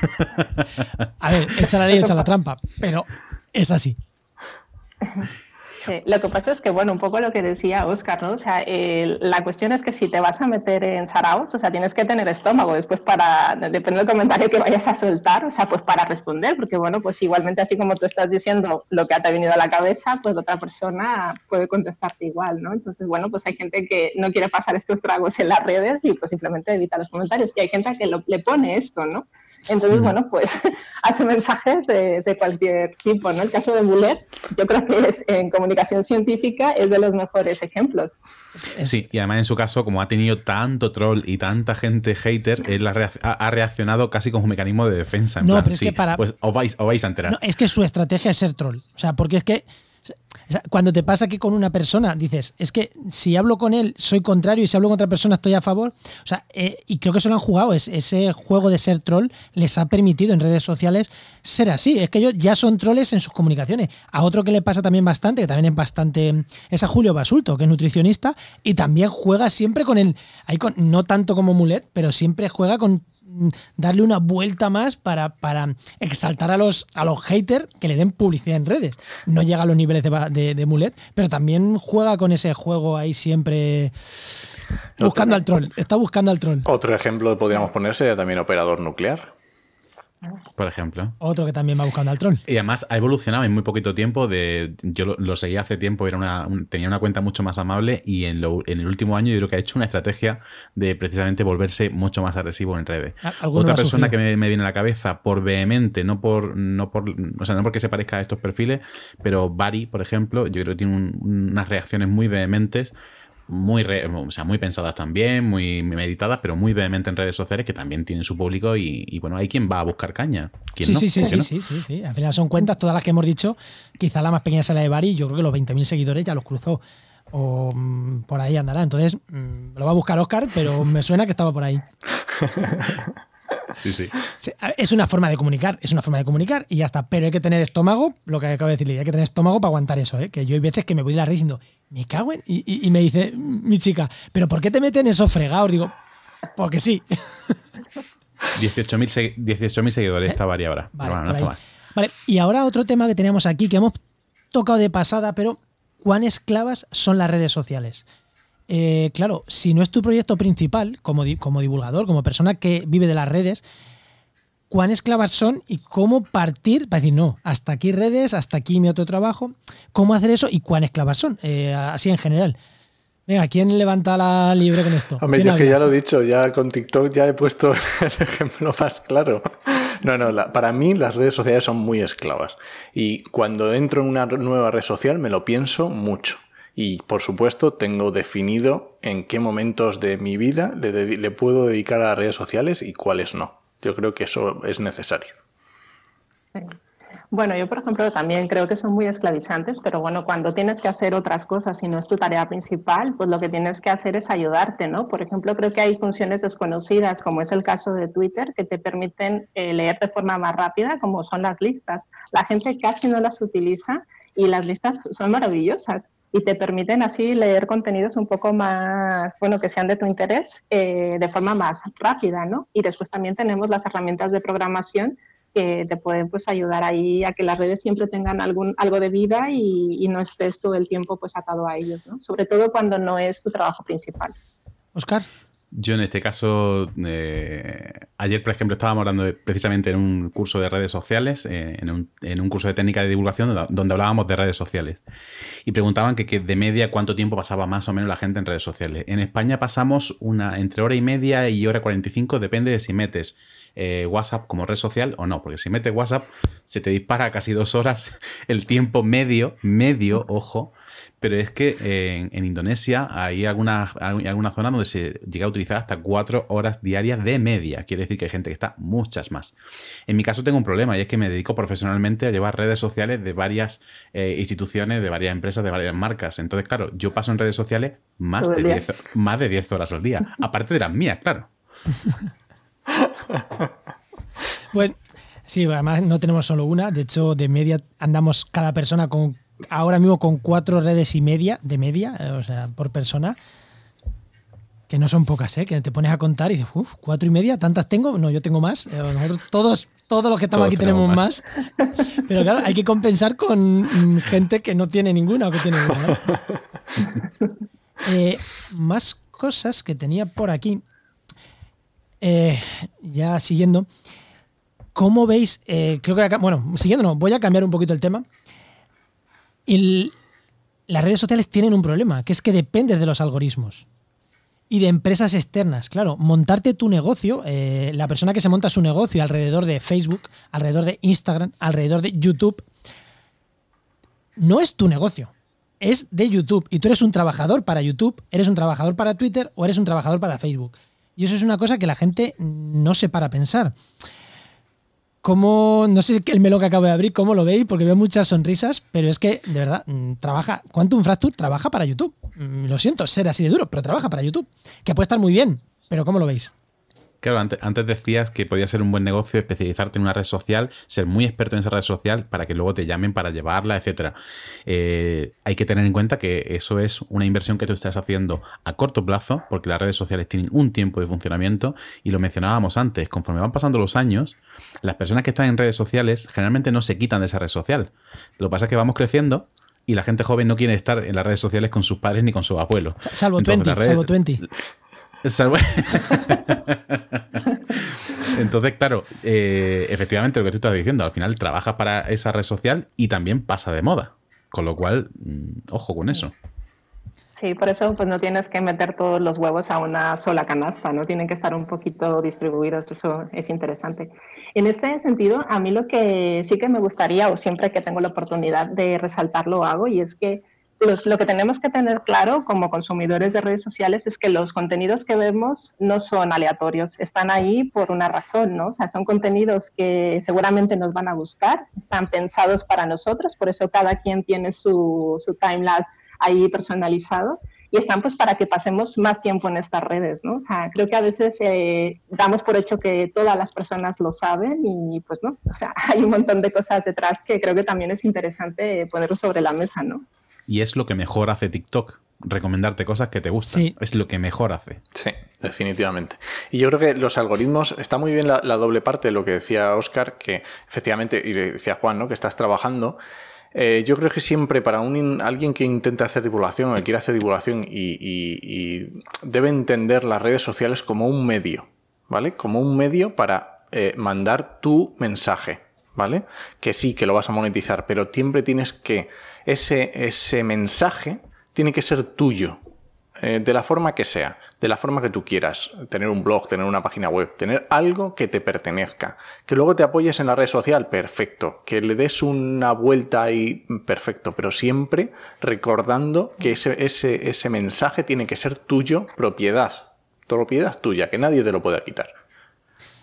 A ver, echa la ley, echa la trampa, pero es así. Sí, lo que pasa es que, bueno, un poco lo que decía Óscar, ¿no? O sea, eh, la cuestión es que si te vas a meter en saraos, o sea, tienes que tener estómago después para, depende del comentario que vayas a soltar, o sea, pues para responder, porque, bueno, pues igualmente así como tú estás diciendo lo que te ha venido a la cabeza, pues otra persona puede contestarte igual, ¿no? Entonces, bueno, pues hay gente que no quiere pasar estos tragos en las redes y pues simplemente evita los comentarios. Y hay gente que lo, le pone esto, ¿no? Entonces, mm. bueno, pues hace mensajes de, de cualquier tipo, ¿no? El caso de Mulet, yo creo que es en comunicación científica es de los mejores ejemplos. Sí, y además en su caso, como ha tenido tanto troll y tanta gente hater, él ha, reacc- ha reaccionado casi como un mecanismo de defensa. En no, plan, pero es sí, que para... pues os vais, os vais a enterar. No, es que su estrategia es ser troll. O sea, porque es que cuando te pasa que con una persona dices, es que si hablo con él soy contrario y si hablo con otra persona estoy a favor, o sea, eh, y creo que eso lo han jugado, es, ese juego de ser troll les ha permitido en redes sociales ser así, es que ellos ya son troles en sus comunicaciones. A otro que le pasa también bastante, que también es bastante, es a Julio Basulto, que es nutricionista y también juega siempre con el, ahí con, no tanto como Mulet, pero siempre juega con darle una vuelta más para, para exaltar a los, a los haters que le den publicidad en redes. No llega a los niveles de, de, de Mulet, pero también juega con ese juego ahí siempre buscando al troll. Está buscando al troll. Otro ejemplo podríamos ponerse también operador nuclear. Por ejemplo. Otro que también va buscando al troll. Y además ha evolucionado en muy poquito tiempo. De, yo lo, lo seguía hace tiempo, era una, un, tenía una cuenta mucho más amable y en, lo, en el último año yo creo que ha hecho una estrategia de precisamente volverse mucho más agresivo en redes. Otra persona que me, me viene a la cabeza por vehemente, no por, no por, o sea, no porque se parezca a estos perfiles, pero Bari, por ejemplo, yo creo que tiene un, unas reacciones muy vehementes, muy re, o sea, muy pensadas también, muy meditadas, pero muy vehemente en redes sociales que también tienen su público y, y bueno, hay quien va a buscar caña. ¿Quién sí, no? sí, sí, sí, no? sí, sí, sí. Al final son cuentas, todas las que hemos dicho, quizá la más pequeña sea la de Bari, yo creo que los veinte mil seguidores ya los cruzó. O mmm, por ahí andará. Entonces, mmm, lo va a buscar Óscar, pero me suena que estaba por ahí. Sí, sí. Es una forma de comunicar, es una forma de comunicar y ya está. Pero hay que tener estómago, lo que acabo de decirle, hay que tener estómago para aguantar eso, ¿eh? Que yo hay veces que me voy a la risa diciendo, me cago en... Y, y, y me dice mi chica, ¿pero por qué te meten esos fregados? Digo, porque sí. dieciocho mil seguidores ¿Eh? Está Bari ahora. Vale, bueno, no está mal. Vale, y ahora otro tema que teníamos aquí, que hemos tocado de pasada, pero ¿cuán esclavas son las redes sociales? Eh, claro, si no es tu proyecto principal, como, di- como divulgador, como persona que vive de las redes, ¿cuán esclavas son y cómo partir para decir, no, hasta aquí redes, hasta aquí mi otro trabajo? ¿Cómo hacer eso y cuán esclavas son? Eh, así en general. Venga, ¿quién levanta la libre con esto? Hombre, yo es que ya lo he dicho, ya con TikTok ya he puesto el ejemplo más claro. No, no, la, para mí las redes sociales son muy esclavas. Y cuando entro en una nueva red social me lo pienso mucho. Y, por supuesto, tengo definido en qué momentos de mi vida le, le puedo dedicar a las redes sociales y cuáles no. Yo creo que eso es necesario. Sí. Bueno, yo por ejemplo también creo que son muy esclavizantes, pero bueno, cuando tienes que hacer otras cosas y no es tu tarea principal, pues lo que tienes que hacer es ayudarte, ¿no? Por ejemplo, creo que hay funciones desconocidas, como es el caso de Twitter, que te permiten eh, leer de forma más rápida, como son las listas. La gente casi no las utiliza y las listas son maravillosas y te permiten así leer contenidos un poco más, bueno, que sean de tu interés eh, de forma más rápida, ¿no? Y después también tenemos las herramientas de programación que te pueden pues ayudar ahí a que las redes siempre tengan algún, algo de vida y, y no estés todo el tiempo pues atado a ellos, ¿no? Sobre todo cuando no es tu trabajo principal. Óscar. Yo en este caso, eh, ayer por ejemplo estábamos hablando de, precisamente en un curso de redes sociales, eh, en, un, en un curso de técnica de divulgación donde hablábamos de redes sociales y preguntaban que, que de media cuánto tiempo pasaba más o menos la gente en redes sociales. En España pasamos una entre hora y media y hora cuarenta y cinco, depende de si metes eh, WhatsApp como red social o no, porque si metes WhatsApp se te dispara casi dos horas el tiempo medio, medio, ojo. Pero es que en, en Indonesia hay alguna, hay alguna zona donde se llega a utilizar hasta cuatro horas diarias de media. Quiere decir que hay gente que está muchas más. En mi caso tengo un problema y es que me dedico profesionalmente a llevar redes sociales de varias eh, instituciones, de varias empresas, de varias marcas. Entonces, claro, yo paso en redes sociales más de diez, más de diez horas al día. Aparte de las mías, claro. Pues sí, además no tenemos solo una. De hecho, de media andamos cada persona con... ahora mismo con cuatro redes y media de media, o sea, por persona, que no son pocas, ¿eh? Que te pones a contar y dices, uff, cuatro y media, ¿tantas tengo? No, yo tengo más. Nosotros todos, todos los que estamos todos aquí tenemos más. más. Pero claro, hay que compensar con gente que no tiene ninguna o que tiene una, ¿no? eh, más cosas que tenía por aquí. Eh, ya siguiendo. ¿Cómo veis? Eh, creo que acá, bueno, siguiendo no, voy a cambiar un poquito el tema. El, las redes sociales tienen un problema, que es que dependes de los algoritmos y de empresas externas. Claro, montarte tu negocio, eh, la persona que se monta su negocio alrededor de Facebook, alrededor de Instagram, alrededor de YouTube, no es tu negocio, es de YouTube. Y tú eres un trabajador para YouTube, eres un trabajador para Twitter o eres un trabajador para Facebook. Y eso es una cosa que la gente no se para a pensar. ¿Cómo, no sé el melón que acabo de abrir, cómo lo veis? Porque veo muchas sonrisas, pero es que, de verdad, trabaja, Quantum Fracture trabaja para YouTube. Lo siento, ser así de duro, pero trabaja para YouTube. Que puede estar muy bien, pero ¿cómo lo veis? Claro, antes, antes decías que podía ser un buen negocio especializarte en una red social, ser muy experto en esa red social para que luego te llamen para llevarla, etcétera. Eh, hay que tener en cuenta que eso es una inversión que tú estás haciendo a corto plazo, porque las redes sociales tienen un tiempo de funcionamiento y lo mencionábamos antes. Conforme van pasando los años, las personas que están en redes sociales generalmente no se quitan de esa red social. Lo que pasa es que vamos creciendo y la gente joven no quiere estar en las redes sociales con sus padres ni con sus abuelos. Salvo Twenty, redes... salvo Twenty. Salvo... Entonces, claro, eh, efectivamente lo que tú estás diciendo, al final trabajas para esa red social y también pasa de moda. Con lo cual, mmm, ojo con eso. Sí, por eso pues no tienes que meter todos los huevos a una sola canasta, ¿no? Tienen que estar un poquito distribuidos, eso es interesante. En este sentido, a mí lo que sí que me gustaría, o siempre que tengo la oportunidad de resaltar lo hago, y es que Los, lo que tenemos que tener claro como consumidores de redes sociales es que los contenidos que vemos no son aleatorios, están ahí por una razón, ¿no? O sea, son contenidos que seguramente nos van a gustar, están pensados para nosotros, por eso cada quien tiene su, su timeline ahí personalizado y están pues para que pasemos más tiempo en estas redes, ¿no? O sea, creo que a veces eh, damos por hecho que todas las personas lo saben y pues no, o sea, hay un montón de cosas detrás que creo que también es interesante poner sobre la mesa, ¿no? Y es lo que mejor hace TikTok, recomendarte cosas que te gustan. Sí. Es lo que mejor hace. Sí, definitivamente. Y yo creo que los algoritmos, está muy bien la, la doble parte de lo que decía Óscar, que efectivamente, y decía Juan, ¿no? Que estás trabajando. Eh, yo creo que siempre para un, alguien que intenta hacer divulgación o que quiere hacer divulgación y, y, y debe entender las redes sociales como un medio, ¿vale? Como un medio para eh, mandar tu mensaje, ¿vale? Que sí, que lo vas a monetizar, pero siempre tienes que... Ese, ese mensaje tiene que ser tuyo, eh, de la forma que sea, de la forma que tú quieras. Tener un blog, tener una página web, tener algo que te pertenezca. Que luego te apoyes en la red social, perfecto. Que le des una vuelta ahí, perfecto. Pero siempre recordando que ese, ese, ese mensaje tiene que ser tuyo, propiedad. Propiedad tuya, que nadie te lo pueda quitar.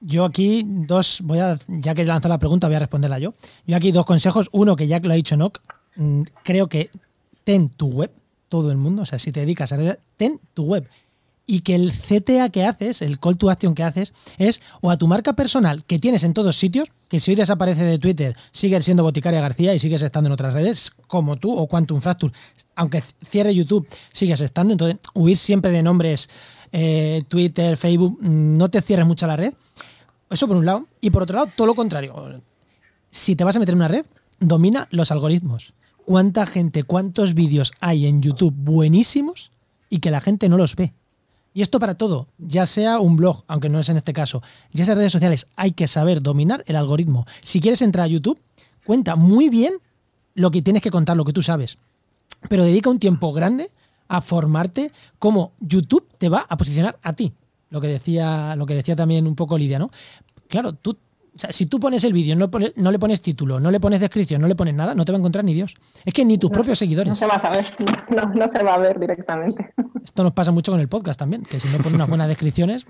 yo aquí dos, voy a, ya que lanzado la pregunta, voy a responderla yo. Yo aquí dos consejos. Uno, que ya lo ha dicho Enoch, creo que ten tu web, todo el mundo, o sea, si te dedicas a ten tu web. Y que el C T A que haces, el call to action que haces, es o a tu marca personal que tienes en todos sitios, que si hoy desaparece de Twitter, sigues siendo Boticaria García y sigues estando en otras redes, como tú o Quantum Fracture, aunque cierre YouTube, sigues estando. Entonces, huir siempre de nombres eh, Twitter, Facebook, no te cierres mucho a la red. Eso por un lado. Y por otro lado, todo lo contrario. Si te vas a meter en una red, domina los algoritmos. ¿Cuánta gente, cuántos vídeos hay en YouTube buenísimos y que la gente no los ve? Y esto para todo, ya sea un blog, aunque no es en este caso, ya sea redes sociales, hay que saber dominar el algoritmo. Si quieres entrar a YouTube, cuenta muy bien lo que tienes que contar, lo que tú sabes. Pero dedica un tiempo grande a formarte cómo YouTube te va a posicionar a ti. Lo que decía, lo que decía también un poco Lidia, ¿no? Claro, tú, o sea, si tú pones el vídeo, no, no le pones título, no le pones descripción, no le pones nada, no te va a encontrar ni Dios. Es que ni tus no, propios seguidores. No se va a saber, no, no se va a ver directamente. Esto nos pasa mucho con el podcast también, que si no pones unas buenas descripciones...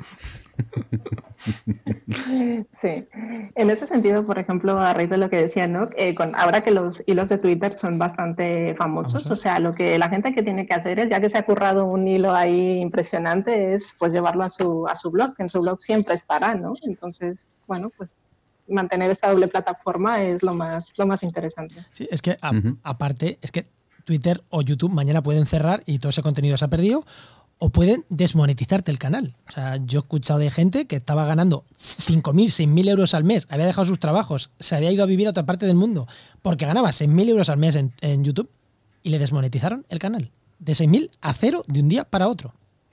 Sí, en ese sentido, por ejemplo, a raíz de lo que decía, ¿no? Eh, con, ahora que los hilos de Twitter son bastante famosos, ¿Famosos? o sea, lo que la gente que tiene que hacer es, ya que se ha currado un hilo ahí impresionante, es pues llevarlo a su, a su blog, que en su blog siempre estará, ¿no? Entonces, bueno, pues mantener esta doble plataforma es lo más, lo más interesante. Sí, es que a, uh-huh. aparte, es que Twitter o YouTube mañana pueden cerrar y todo ese contenido se ha perdido, o pueden desmonetizarte el canal. O sea, yo he escuchado de gente que estaba ganando cinco mil, seis mil euros al mes, había dejado sus trabajos, se había ido a vivir a otra parte del mundo porque ganaba seis mil euros al mes en, en YouTube y le desmonetizaron el canal. De seis mil a cero de un día para otro.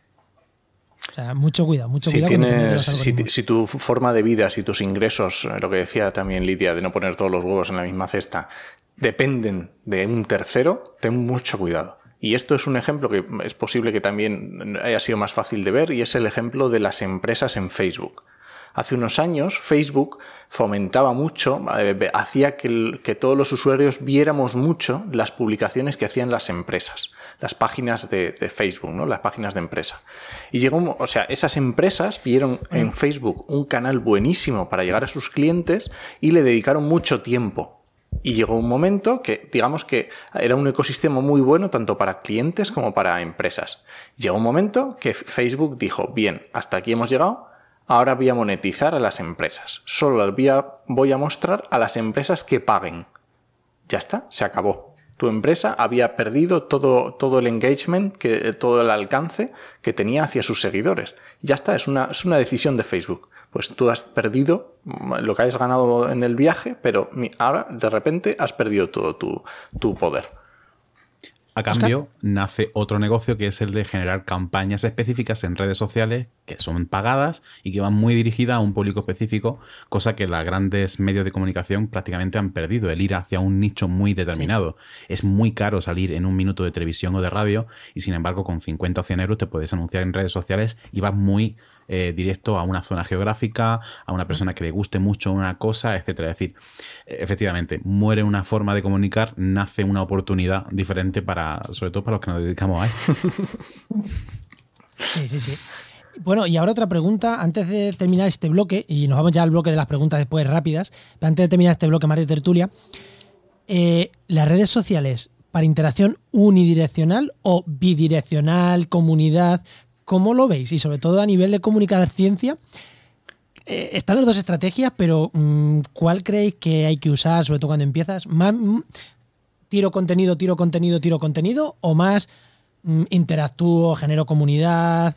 O sea, mucho cuidado, mucho si cuidado tienes, con los algoritmos. Si, si tu forma de vida, si tus ingresos, lo que decía también Lidia, de no poner todos los huevos en la misma cesta, dependen de un tercero, ten mucho cuidado. Y esto es un ejemplo que es posible que también haya sido más fácil de ver, y es el ejemplo de las empresas en Facebook. Hace unos años Facebook fomentaba mucho, eh, hacía que, el, que todos los usuarios viéramos mucho las publicaciones que hacían las empresas, las páginas de, de Facebook, ¿no? Las páginas de empresa. Y llegó, o sea, esas empresas vieron en Facebook un canal buenísimo para llegar a sus clientes y le dedicaron mucho tiempo. Y llegó un momento que, digamos que era un ecosistema muy bueno tanto para clientes como para empresas. Llegó un momento que Facebook dijo, bien, hasta aquí hemos llegado, ahora voy a monetizar a las empresas. Solo las voy a, voy a mostrar a las empresas que paguen. Ya está, se acabó. Tu empresa había perdido todo, todo el engagement, que, todo el alcance que tenía hacia sus seguidores. Ya está, es una, es una decisión de Facebook. Pues tú has perdido lo que has ganado en el viaje, pero ahora de repente has perdido todo tu, tu poder. A cambio, Oscar, nace otro negocio que es el de generar campañas específicas en redes sociales que son pagadas y que van muy dirigidas a un público específico, cosa que los grandes medios de comunicación prácticamente han perdido, el ir hacia un nicho muy determinado. Sí. Es muy caro salir en un minuto de televisión o de radio y sin embargo con cincuenta o cien euros te puedes anunciar en redes sociales y vas muy eh, directo a una zona geográfica, a una persona que le guste mucho una cosa, etcétera. Es decir, efectivamente, muere una forma de comunicar, nace una oportunidad diferente para, sobre todo para los que nos dedicamos a esto. Sí, sí, sí. Bueno, y ahora otra pregunta, antes de terminar este bloque, y nos vamos ya al bloque de las preguntas después rápidas, pero antes de terminar este bloque más de tertulia, eh, las redes sociales para interacción unidireccional o bidireccional, comunidad, ¿cómo lo veis? Y sobre todo a nivel de comunicar ciencia, eh, están las dos estrategias, pero mmm, ¿cuál creéis que hay que usar, sobre todo cuando empiezas? ¿Más mmm, tiro contenido, tiro contenido, tiro contenido o más mmm, interactúo, genero comunidad?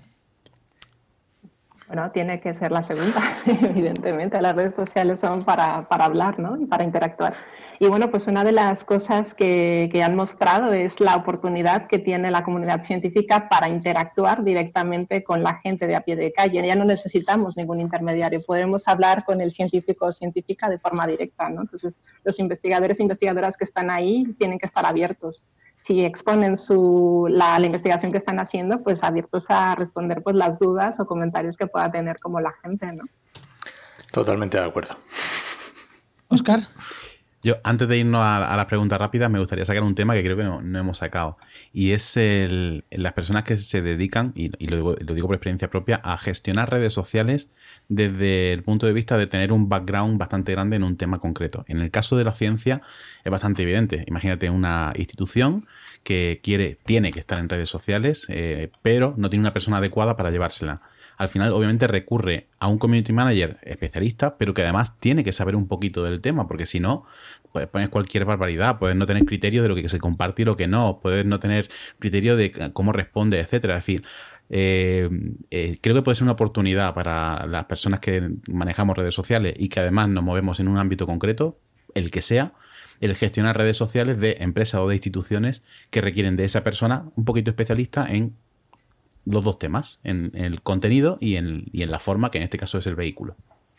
Bueno, tiene que ser la segunda, evidentemente. Las redes sociales son para, para hablar, ¿no? Y para interactuar. Y bueno, pues una de las cosas que, que han mostrado es la oportunidad que tiene la comunidad científica para interactuar directamente con la gente de a pie de calle. Ya no necesitamos ningún intermediario, podemos hablar con el científico o científica de forma directa, ¿no? Entonces, los investigadores e investigadoras que están ahí tienen que estar abiertos. Si exponen su, la, la investigación que están haciendo, pues abiertos a responder pues, las dudas o comentarios que pueda tener como la gente, ¿no? Totalmente de acuerdo. Óscar. Yo, antes de irnos a, a las preguntas rápidas, me gustaría sacar un tema que creo que no, no hemos sacado. Y es el, las personas que se dedican, y, y lo, digo, lo digo por experiencia propia, a gestionar redes sociales desde el punto de vista de tener un background bastante grande en un tema concreto. En el caso de la ciencia es bastante evidente. Imagínate una institución que quiere, tiene que estar en redes sociales, eh, pero no tiene una persona adecuada para llevársela. Al final, obviamente, recurre a un community manager especialista, pero que además tiene que saber un poquito del tema, porque si no, puedes poner cualquier barbaridad, puedes no tener criterio de lo que se comparte y lo que no, puedes no tener criterio de cómo responde, etcétera. Es decir, eh, eh, creo que puede ser una oportunidad para las personas que manejamos redes sociales y que además nos movemos en un ámbito concreto, el que sea, el gestionar redes sociales de empresas o de instituciones que requieren de esa persona un poquito especialista en los dos temas, en el contenido y en, y en la forma, que en este caso es el vehículo.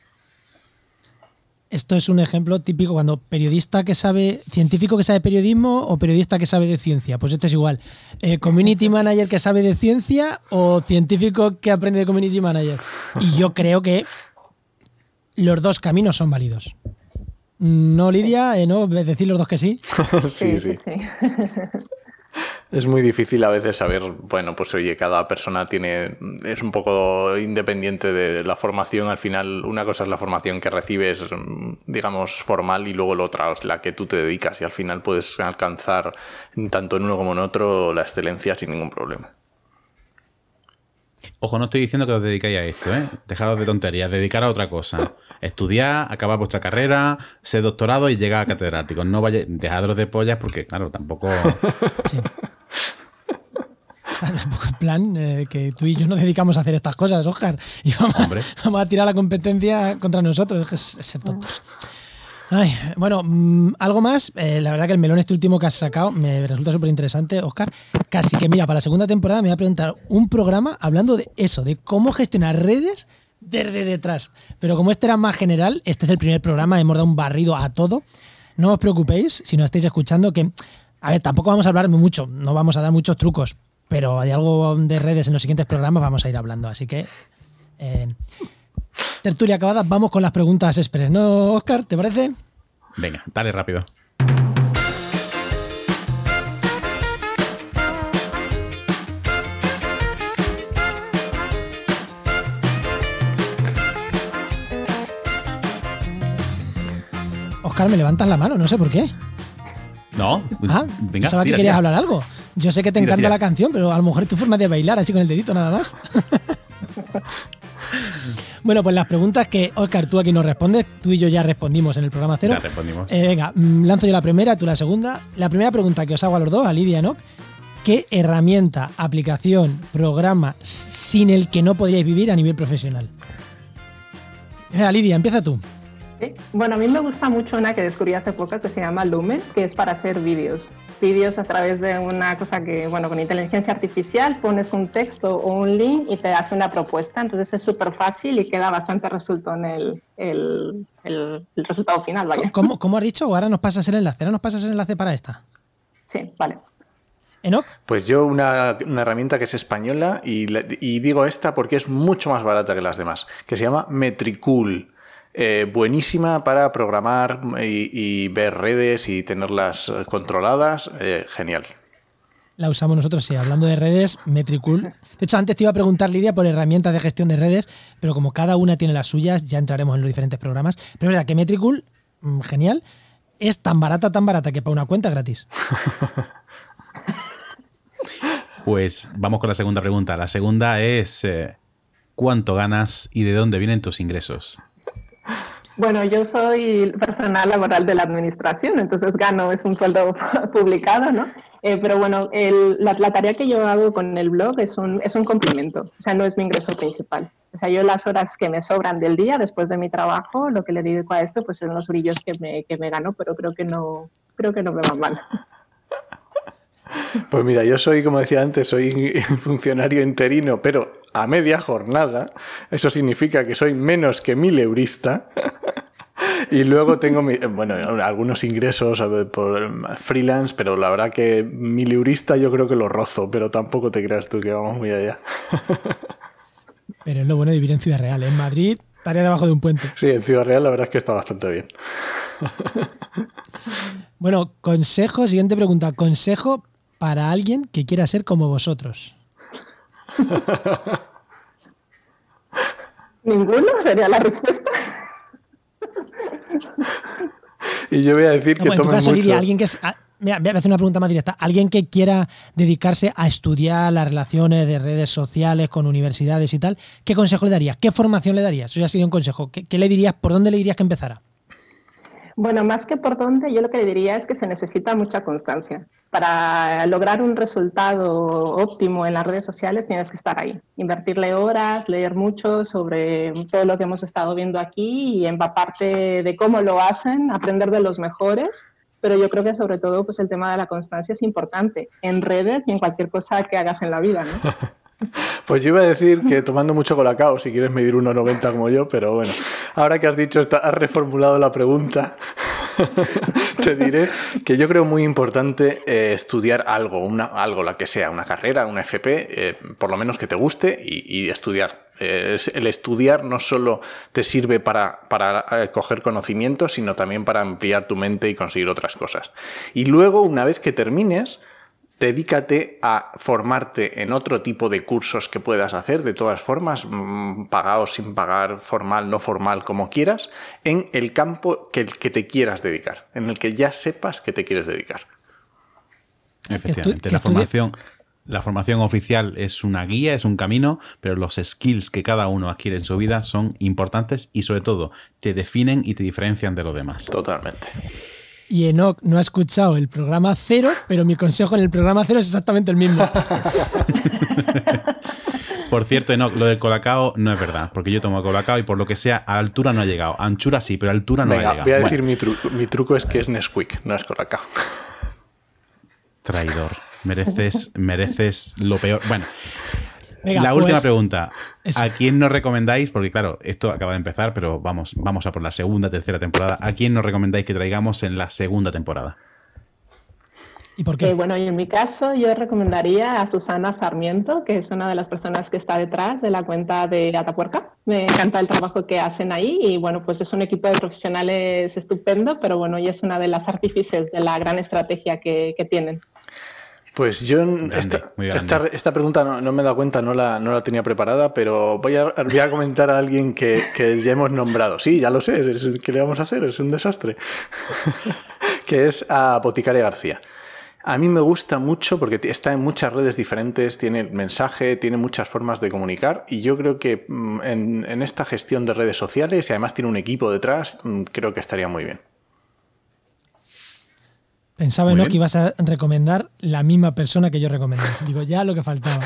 Esto es un ejemplo típico cuando periodista que sabe, científico que sabe periodismo o periodista que sabe de ciencia. Pues esto es igual. Eh, community manager que sabe de ciencia o científico que aprende de community manager. Y yo creo que los dos caminos son válidos. ¿No, Lidia? Eh, ¿No? Decir los dos que sí. sí, sí. sí. sí. Es muy difícil a veces saber, bueno, pues oye, cada persona tiene, es un poco independiente de la formación. Al final, una cosa es la formación que recibes, digamos, formal, y luego la otra es la que tú te dedicas, y al final puedes alcanzar, tanto en uno como en otro, la excelencia sin ningún problema. Ojo, no estoy diciendo que os dedicáis a esto, ¿eh? Dejaros de tonterías, dedicar a otra cosa. Estudiar, acabar vuestra carrera, ser doctorado y llegar a catedráticos. No vayáis, dejaros de pollas porque, claro, tampoco... Sí. Tampoco en plan eh, que tú y yo nos dedicamos a hacer estas cosas, Óscar. Y vamos, vamos a tirar la competencia contra nosotros. Es, que es, es ser tontos. Ay, bueno, mmm, algo más. Eh, la verdad que el melón este último que has sacado me resulta súper interesante, Óscar. Casi que, mira, para la segunda temporada me voy a preguntar un programa hablando de eso, de cómo gestionar redes desde detrás. Pero como este era más general, este es el primer programa, hemos dado un barrido a todo. No os preocupéis si no estáis escuchando que, a ver, tampoco vamos a hablar mucho, no vamos a dar muchos trucos, pero hay algo de redes en los siguientes programas, vamos a ir hablando. Así que, eh, tertulia acabada, vamos con las preguntas express, ¿no, Óscar? ¿Te parece? Venga, dale rápido. Óscar, me levantas la mano, no sé por qué. No, pues, ah, venga, pensaba tira, que querías tira. hablar algo. Yo sé que te Tira, encanta tira. la canción, pero a lo mejor es tu forma de bailar así con el dedito nada más. Bueno, pues las preguntas que, Óscar, tú aquí nos respondes, tú y yo ya respondimos en el programa cero. Ya respondimos. Eh, venga, mm, lanzo yo la primera, tú la segunda. La primera pregunta que os hago a los dos, a Lidia y a Enoch: ¿qué herramienta, aplicación, programa sin el que no podríais vivir a nivel profesional? Venga, Lidia, empieza tú. Sí. Bueno, a mí me gusta mucho una que descubrí hace poco que se llama Lumen, que es para hacer vídeos. Vídeos a través de una cosa que, bueno, con inteligencia artificial pones un texto o un link y te hace una propuesta. Entonces es súper fácil y queda bastante resuelto en el, el, el, el resultado final, vaya. ¿Cómo, ¿Cómo has dicho? Ahora nos pasas el enlace. Ahora nos pasas el enlace para esta. Sí, vale. ¿Enoch? Pues yo una, una herramienta que es española y, y digo esta porque es mucho más barata que las demás, que se llama Metricool. Eh, buenísima para programar y, y ver redes y tenerlas controladas. Eh, genial. La usamos nosotros, sí. Hablando de redes, Metricool. De hecho, antes te iba a preguntar, Lidia, por herramientas de gestión de redes, pero como cada una tiene las suyas, ya entraremos en los diferentes programas. Pero es verdad que Metricool, mmm, genial, es tan barata, tan barata que para una cuenta gratis. Pues vamos con la segunda pregunta. La segunda es eh, ¿cuánto ganas y de dónde vienen tus ingresos? Bueno, yo soy personal laboral de la administración, entonces gano, es un sueldo publicado, ¿no? Eh, pero bueno, el, la, la tarea que yo hago con el blog es un, es un complemento, o sea, no es mi ingreso principal. O sea, yo las horas que me sobran del día después de mi trabajo, lo que le dedico a esto, pues son los brillos que me, que me gano, pero creo que no, creo que no me va mal. Pues mira, yo soy, como decía antes, soy funcionario interino, pero a media jornada. Eso significa que soy menos que mileurista. Y luego tengo, mi, bueno, algunos ingresos por freelance, pero la verdad que mileurista yo creo que lo rozo, pero tampoco te creas tú que vamos muy allá. Pero es lo bueno de vivir en Ciudad Real. En Madrid estaría debajo de un puente. Sí, en Ciudad Real la verdad es que está bastante bien. Bueno, consejo, siguiente pregunta. Consejo para alguien que quiera ser como vosotros. Ninguno sería la respuesta. Y yo voy a decir no, que bueno, en tu tomen caso, mucho... Lidia, alguien que es... Mira, voy a hacer una pregunta más directa. Alguien que quiera dedicarse a estudiar las relaciones de redes sociales con universidades y tal, ¿qué consejo le darías? ¿Qué formación le darías? Eso ya sería un consejo. ¿Qué, qué le dirías? ¿Por dónde le dirías que empezara? Bueno, más que por dónde, yo lo que le diría es que se necesita mucha constancia. Para lograr un resultado óptimo en las redes sociales tienes que estar ahí, invertirle horas, leer mucho sobre todo lo que hemos estado viendo aquí y empaparte de cómo lo hacen, aprender de los mejores. Pero yo creo que sobre todo pues el tema de la constancia es importante en redes y en cualquier cosa que hagas en la vida, ¿no? Pues yo iba a decir que tomando mucho Colacao, si quieres medir uno noventa como yo, pero bueno, ahora que has dicho, esta, has reformulado la pregunta, te diré que yo creo muy importante eh, estudiar algo, una, algo, la que sea, una carrera, una F P, eh, por lo menos que te guste y, y estudiar. Eh, el estudiar no solo te sirve para, para eh, coger conocimientos, sino también para ampliar tu mente y conseguir otras cosas. Y luego, una vez que termines, dedícate a formarte en otro tipo de cursos que puedas hacer, de todas formas, mmm, pagados, sin pagar, formal, no formal, como quieras, en el campo que, que te quieras dedicar, en el que ya sepas que te quieres dedicar. Efectivamente, la formación, la formación oficial es una guía, es un camino, pero los skills que cada uno adquiere en su vida son importantes y sobre todo te definen y te diferencian de los demás. Totalmente. Y Enoch no ha escuchado el programa cero, pero mi consejo en el programa cero es exactamente el mismo. Por cierto, Enoch, lo del Colacao no es verdad, porque yo tomo Colacao y por lo que sea, a altura no ha llegado. A anchura sí, pero a altura no Venga, ha llegado. Voy a decir bueno. mi truco. Mi truco es que es Nesquik, no es Colacao. Traidor. Mereces, mereces lo peor. Bueno, Venga, la pues, última pregunta. eso. ¿A quién nos recomendáis? Porque claro, esto acaba de empezar, pero vamos, vamos a por la segunda, tercera temporada. ¿A quién nos recomendáis que traigamos en la segunda temporada? ¿Y por qué? Eh, bueno, y en mi caso yo recomendaría a Susana Sarmiento, que es una de las personas que está detrás de la cuenta de Atapuerca. Me encanta el trabajo que hacen ahí y bueno, pues es un equipo de profesionales estupendo, pero bueno, ella es una de las artífices de la gran estrategia que, que tienen. Pues yo Grande, esta, muy grande. esta, esta pregunta no, no me he dado cuenta, no la, no la tenía preparada, pero voy a, voy a comentar a alguien que, que ya hemos nombrado. Sí, ya lo sé, es, ¿qué le vamos a hacer? Es un desastre. Que es a Boticaria García. A mí me gusta mucho porque está en muchas redes diferentes, tiene mensaje, tiene muchas formas de comunicar y yo creo que en, en esta gestión de redes sociales y además tiene un equipo detrás, creo que estaría muy bien. Pensaba, Muy ¿no?, bien. que ibas a recomendar la misma persona que yo recomendé. Digo, ya lo que faltaba.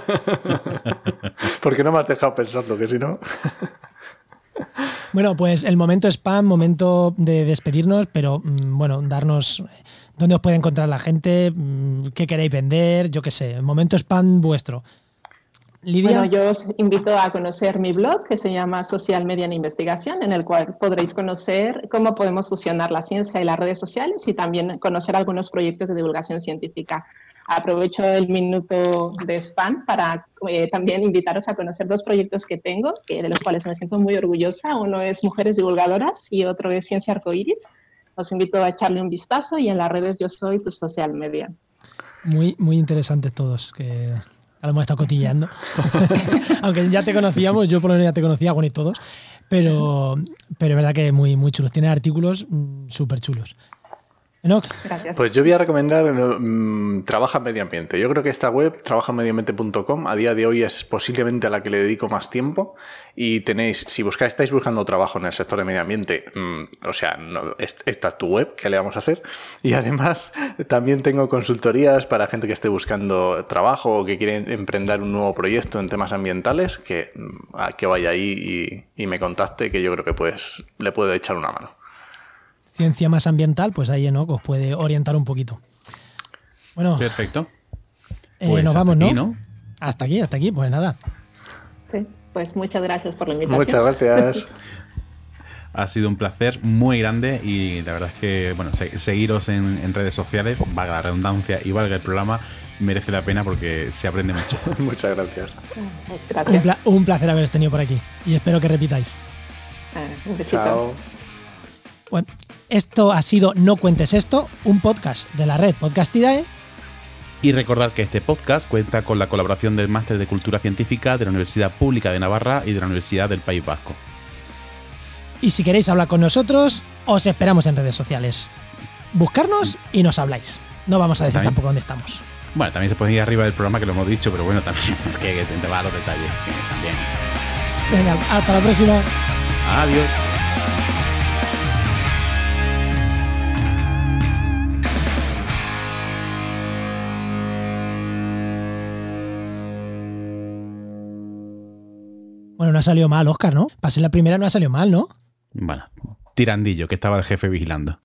Porque no me has dejado pensarlo, que si no... Bueno, pues el momento spam, momento de despedirnos, pero mm, bueno, darnos dónde os puede encontrar la gente, mm, qué queréis vender, yo qué sé, momento spam vuestro. Lidia. Bueno, yo os invito a conocer mi blog que se llama Social Media en Investigación, en el cual podréis conocer cómo podemos fusionar la ciencia y las redes sociales y también conocer algunos proyectos de divulgación científica. Aprovecho el minuto de spam para eh, también invitaros a conocer dos proyectos que tengo, que de los cuales me siento muy orgullosa. Uno es Mujeres Divulgadoras y otro es Ciencia Arcoíris. Os invito a echarle un vistazo y en las redes yo soy tu social media. Muy, muy interesantes todos, que a lo hemos estado cotilleando. Aunque ya te conocíamos, yo por lo menos ya te conocía, bueno, y todos, pero, pero es verdad que muy, muy chulos. Tiene artículos mm, súper chulos. Enoch. Gracias. Pues yo voy a recomendar um, Trabaja en Medio Ambiente. Yo creo que esta web, trabaja en medio ambiente punto com, a día de hoy es posiblemente a la que le dedico más tiempo y tenéis, si buscáis, estáis buscando trabajo en el sector de medio ambiente, um, o sea, no, es, esta es tu web, ¿qué le vamos a hacer? Y además también tengo consultorías para gente que esté buscando trabajo o que quiere emprender un nuevo proyecto en temas ambientales, que, a que vaya ahí y, y me contacte, que yo creo que pues le puedo echar una mano. Ciencia más ambiental, pues ahí Enoch os puede orientar un poquito. Bueno, Perfecto. eh, Pues nos hasta vamos, ¿no? aquí, ¿no? Hasta aquí, hasta aquí, pues nada. Sí, pues muchas gracias por la invitación. Muchas gracias. Ha sido un placer muy grande y la verdad es que, bueno, se- seguiros en, en redes sociales, valga la redundancia y valga el programa, merece la pena porque se aprende mucho. Muchas gracias. Pues Un, gracias. pla- un placer haberos tenido por aquí y espero que repitáis. Ah, un besito. Chao. Bueno, esto ha sido No Cuentes Esto, un podcast de la red Podcastidae. Y recordar que este podcast cuenta con la colaboración del Máster de Cultura Científica de la Universidad Pública de Navarra y de la Universidad del País Vasco. Y si queréis hablar con nosotros, os esperamos en redes sociales. Buscarnos y nos habláis. No vamos a decir ¿También? tampoco dónde estamos. Bueno, también se puede ir arriba del programa, que lo hemos dicho, pero bueno, también que, que te va a los detalles. Que también. Venga, hasta la próxima. Adiós. Bueno, no ha salido mal, Óscar, ¿no? Para ser la primera no ha salido mal, ¿no? Bueno, tirandillo, que estaba el jefe vigilando.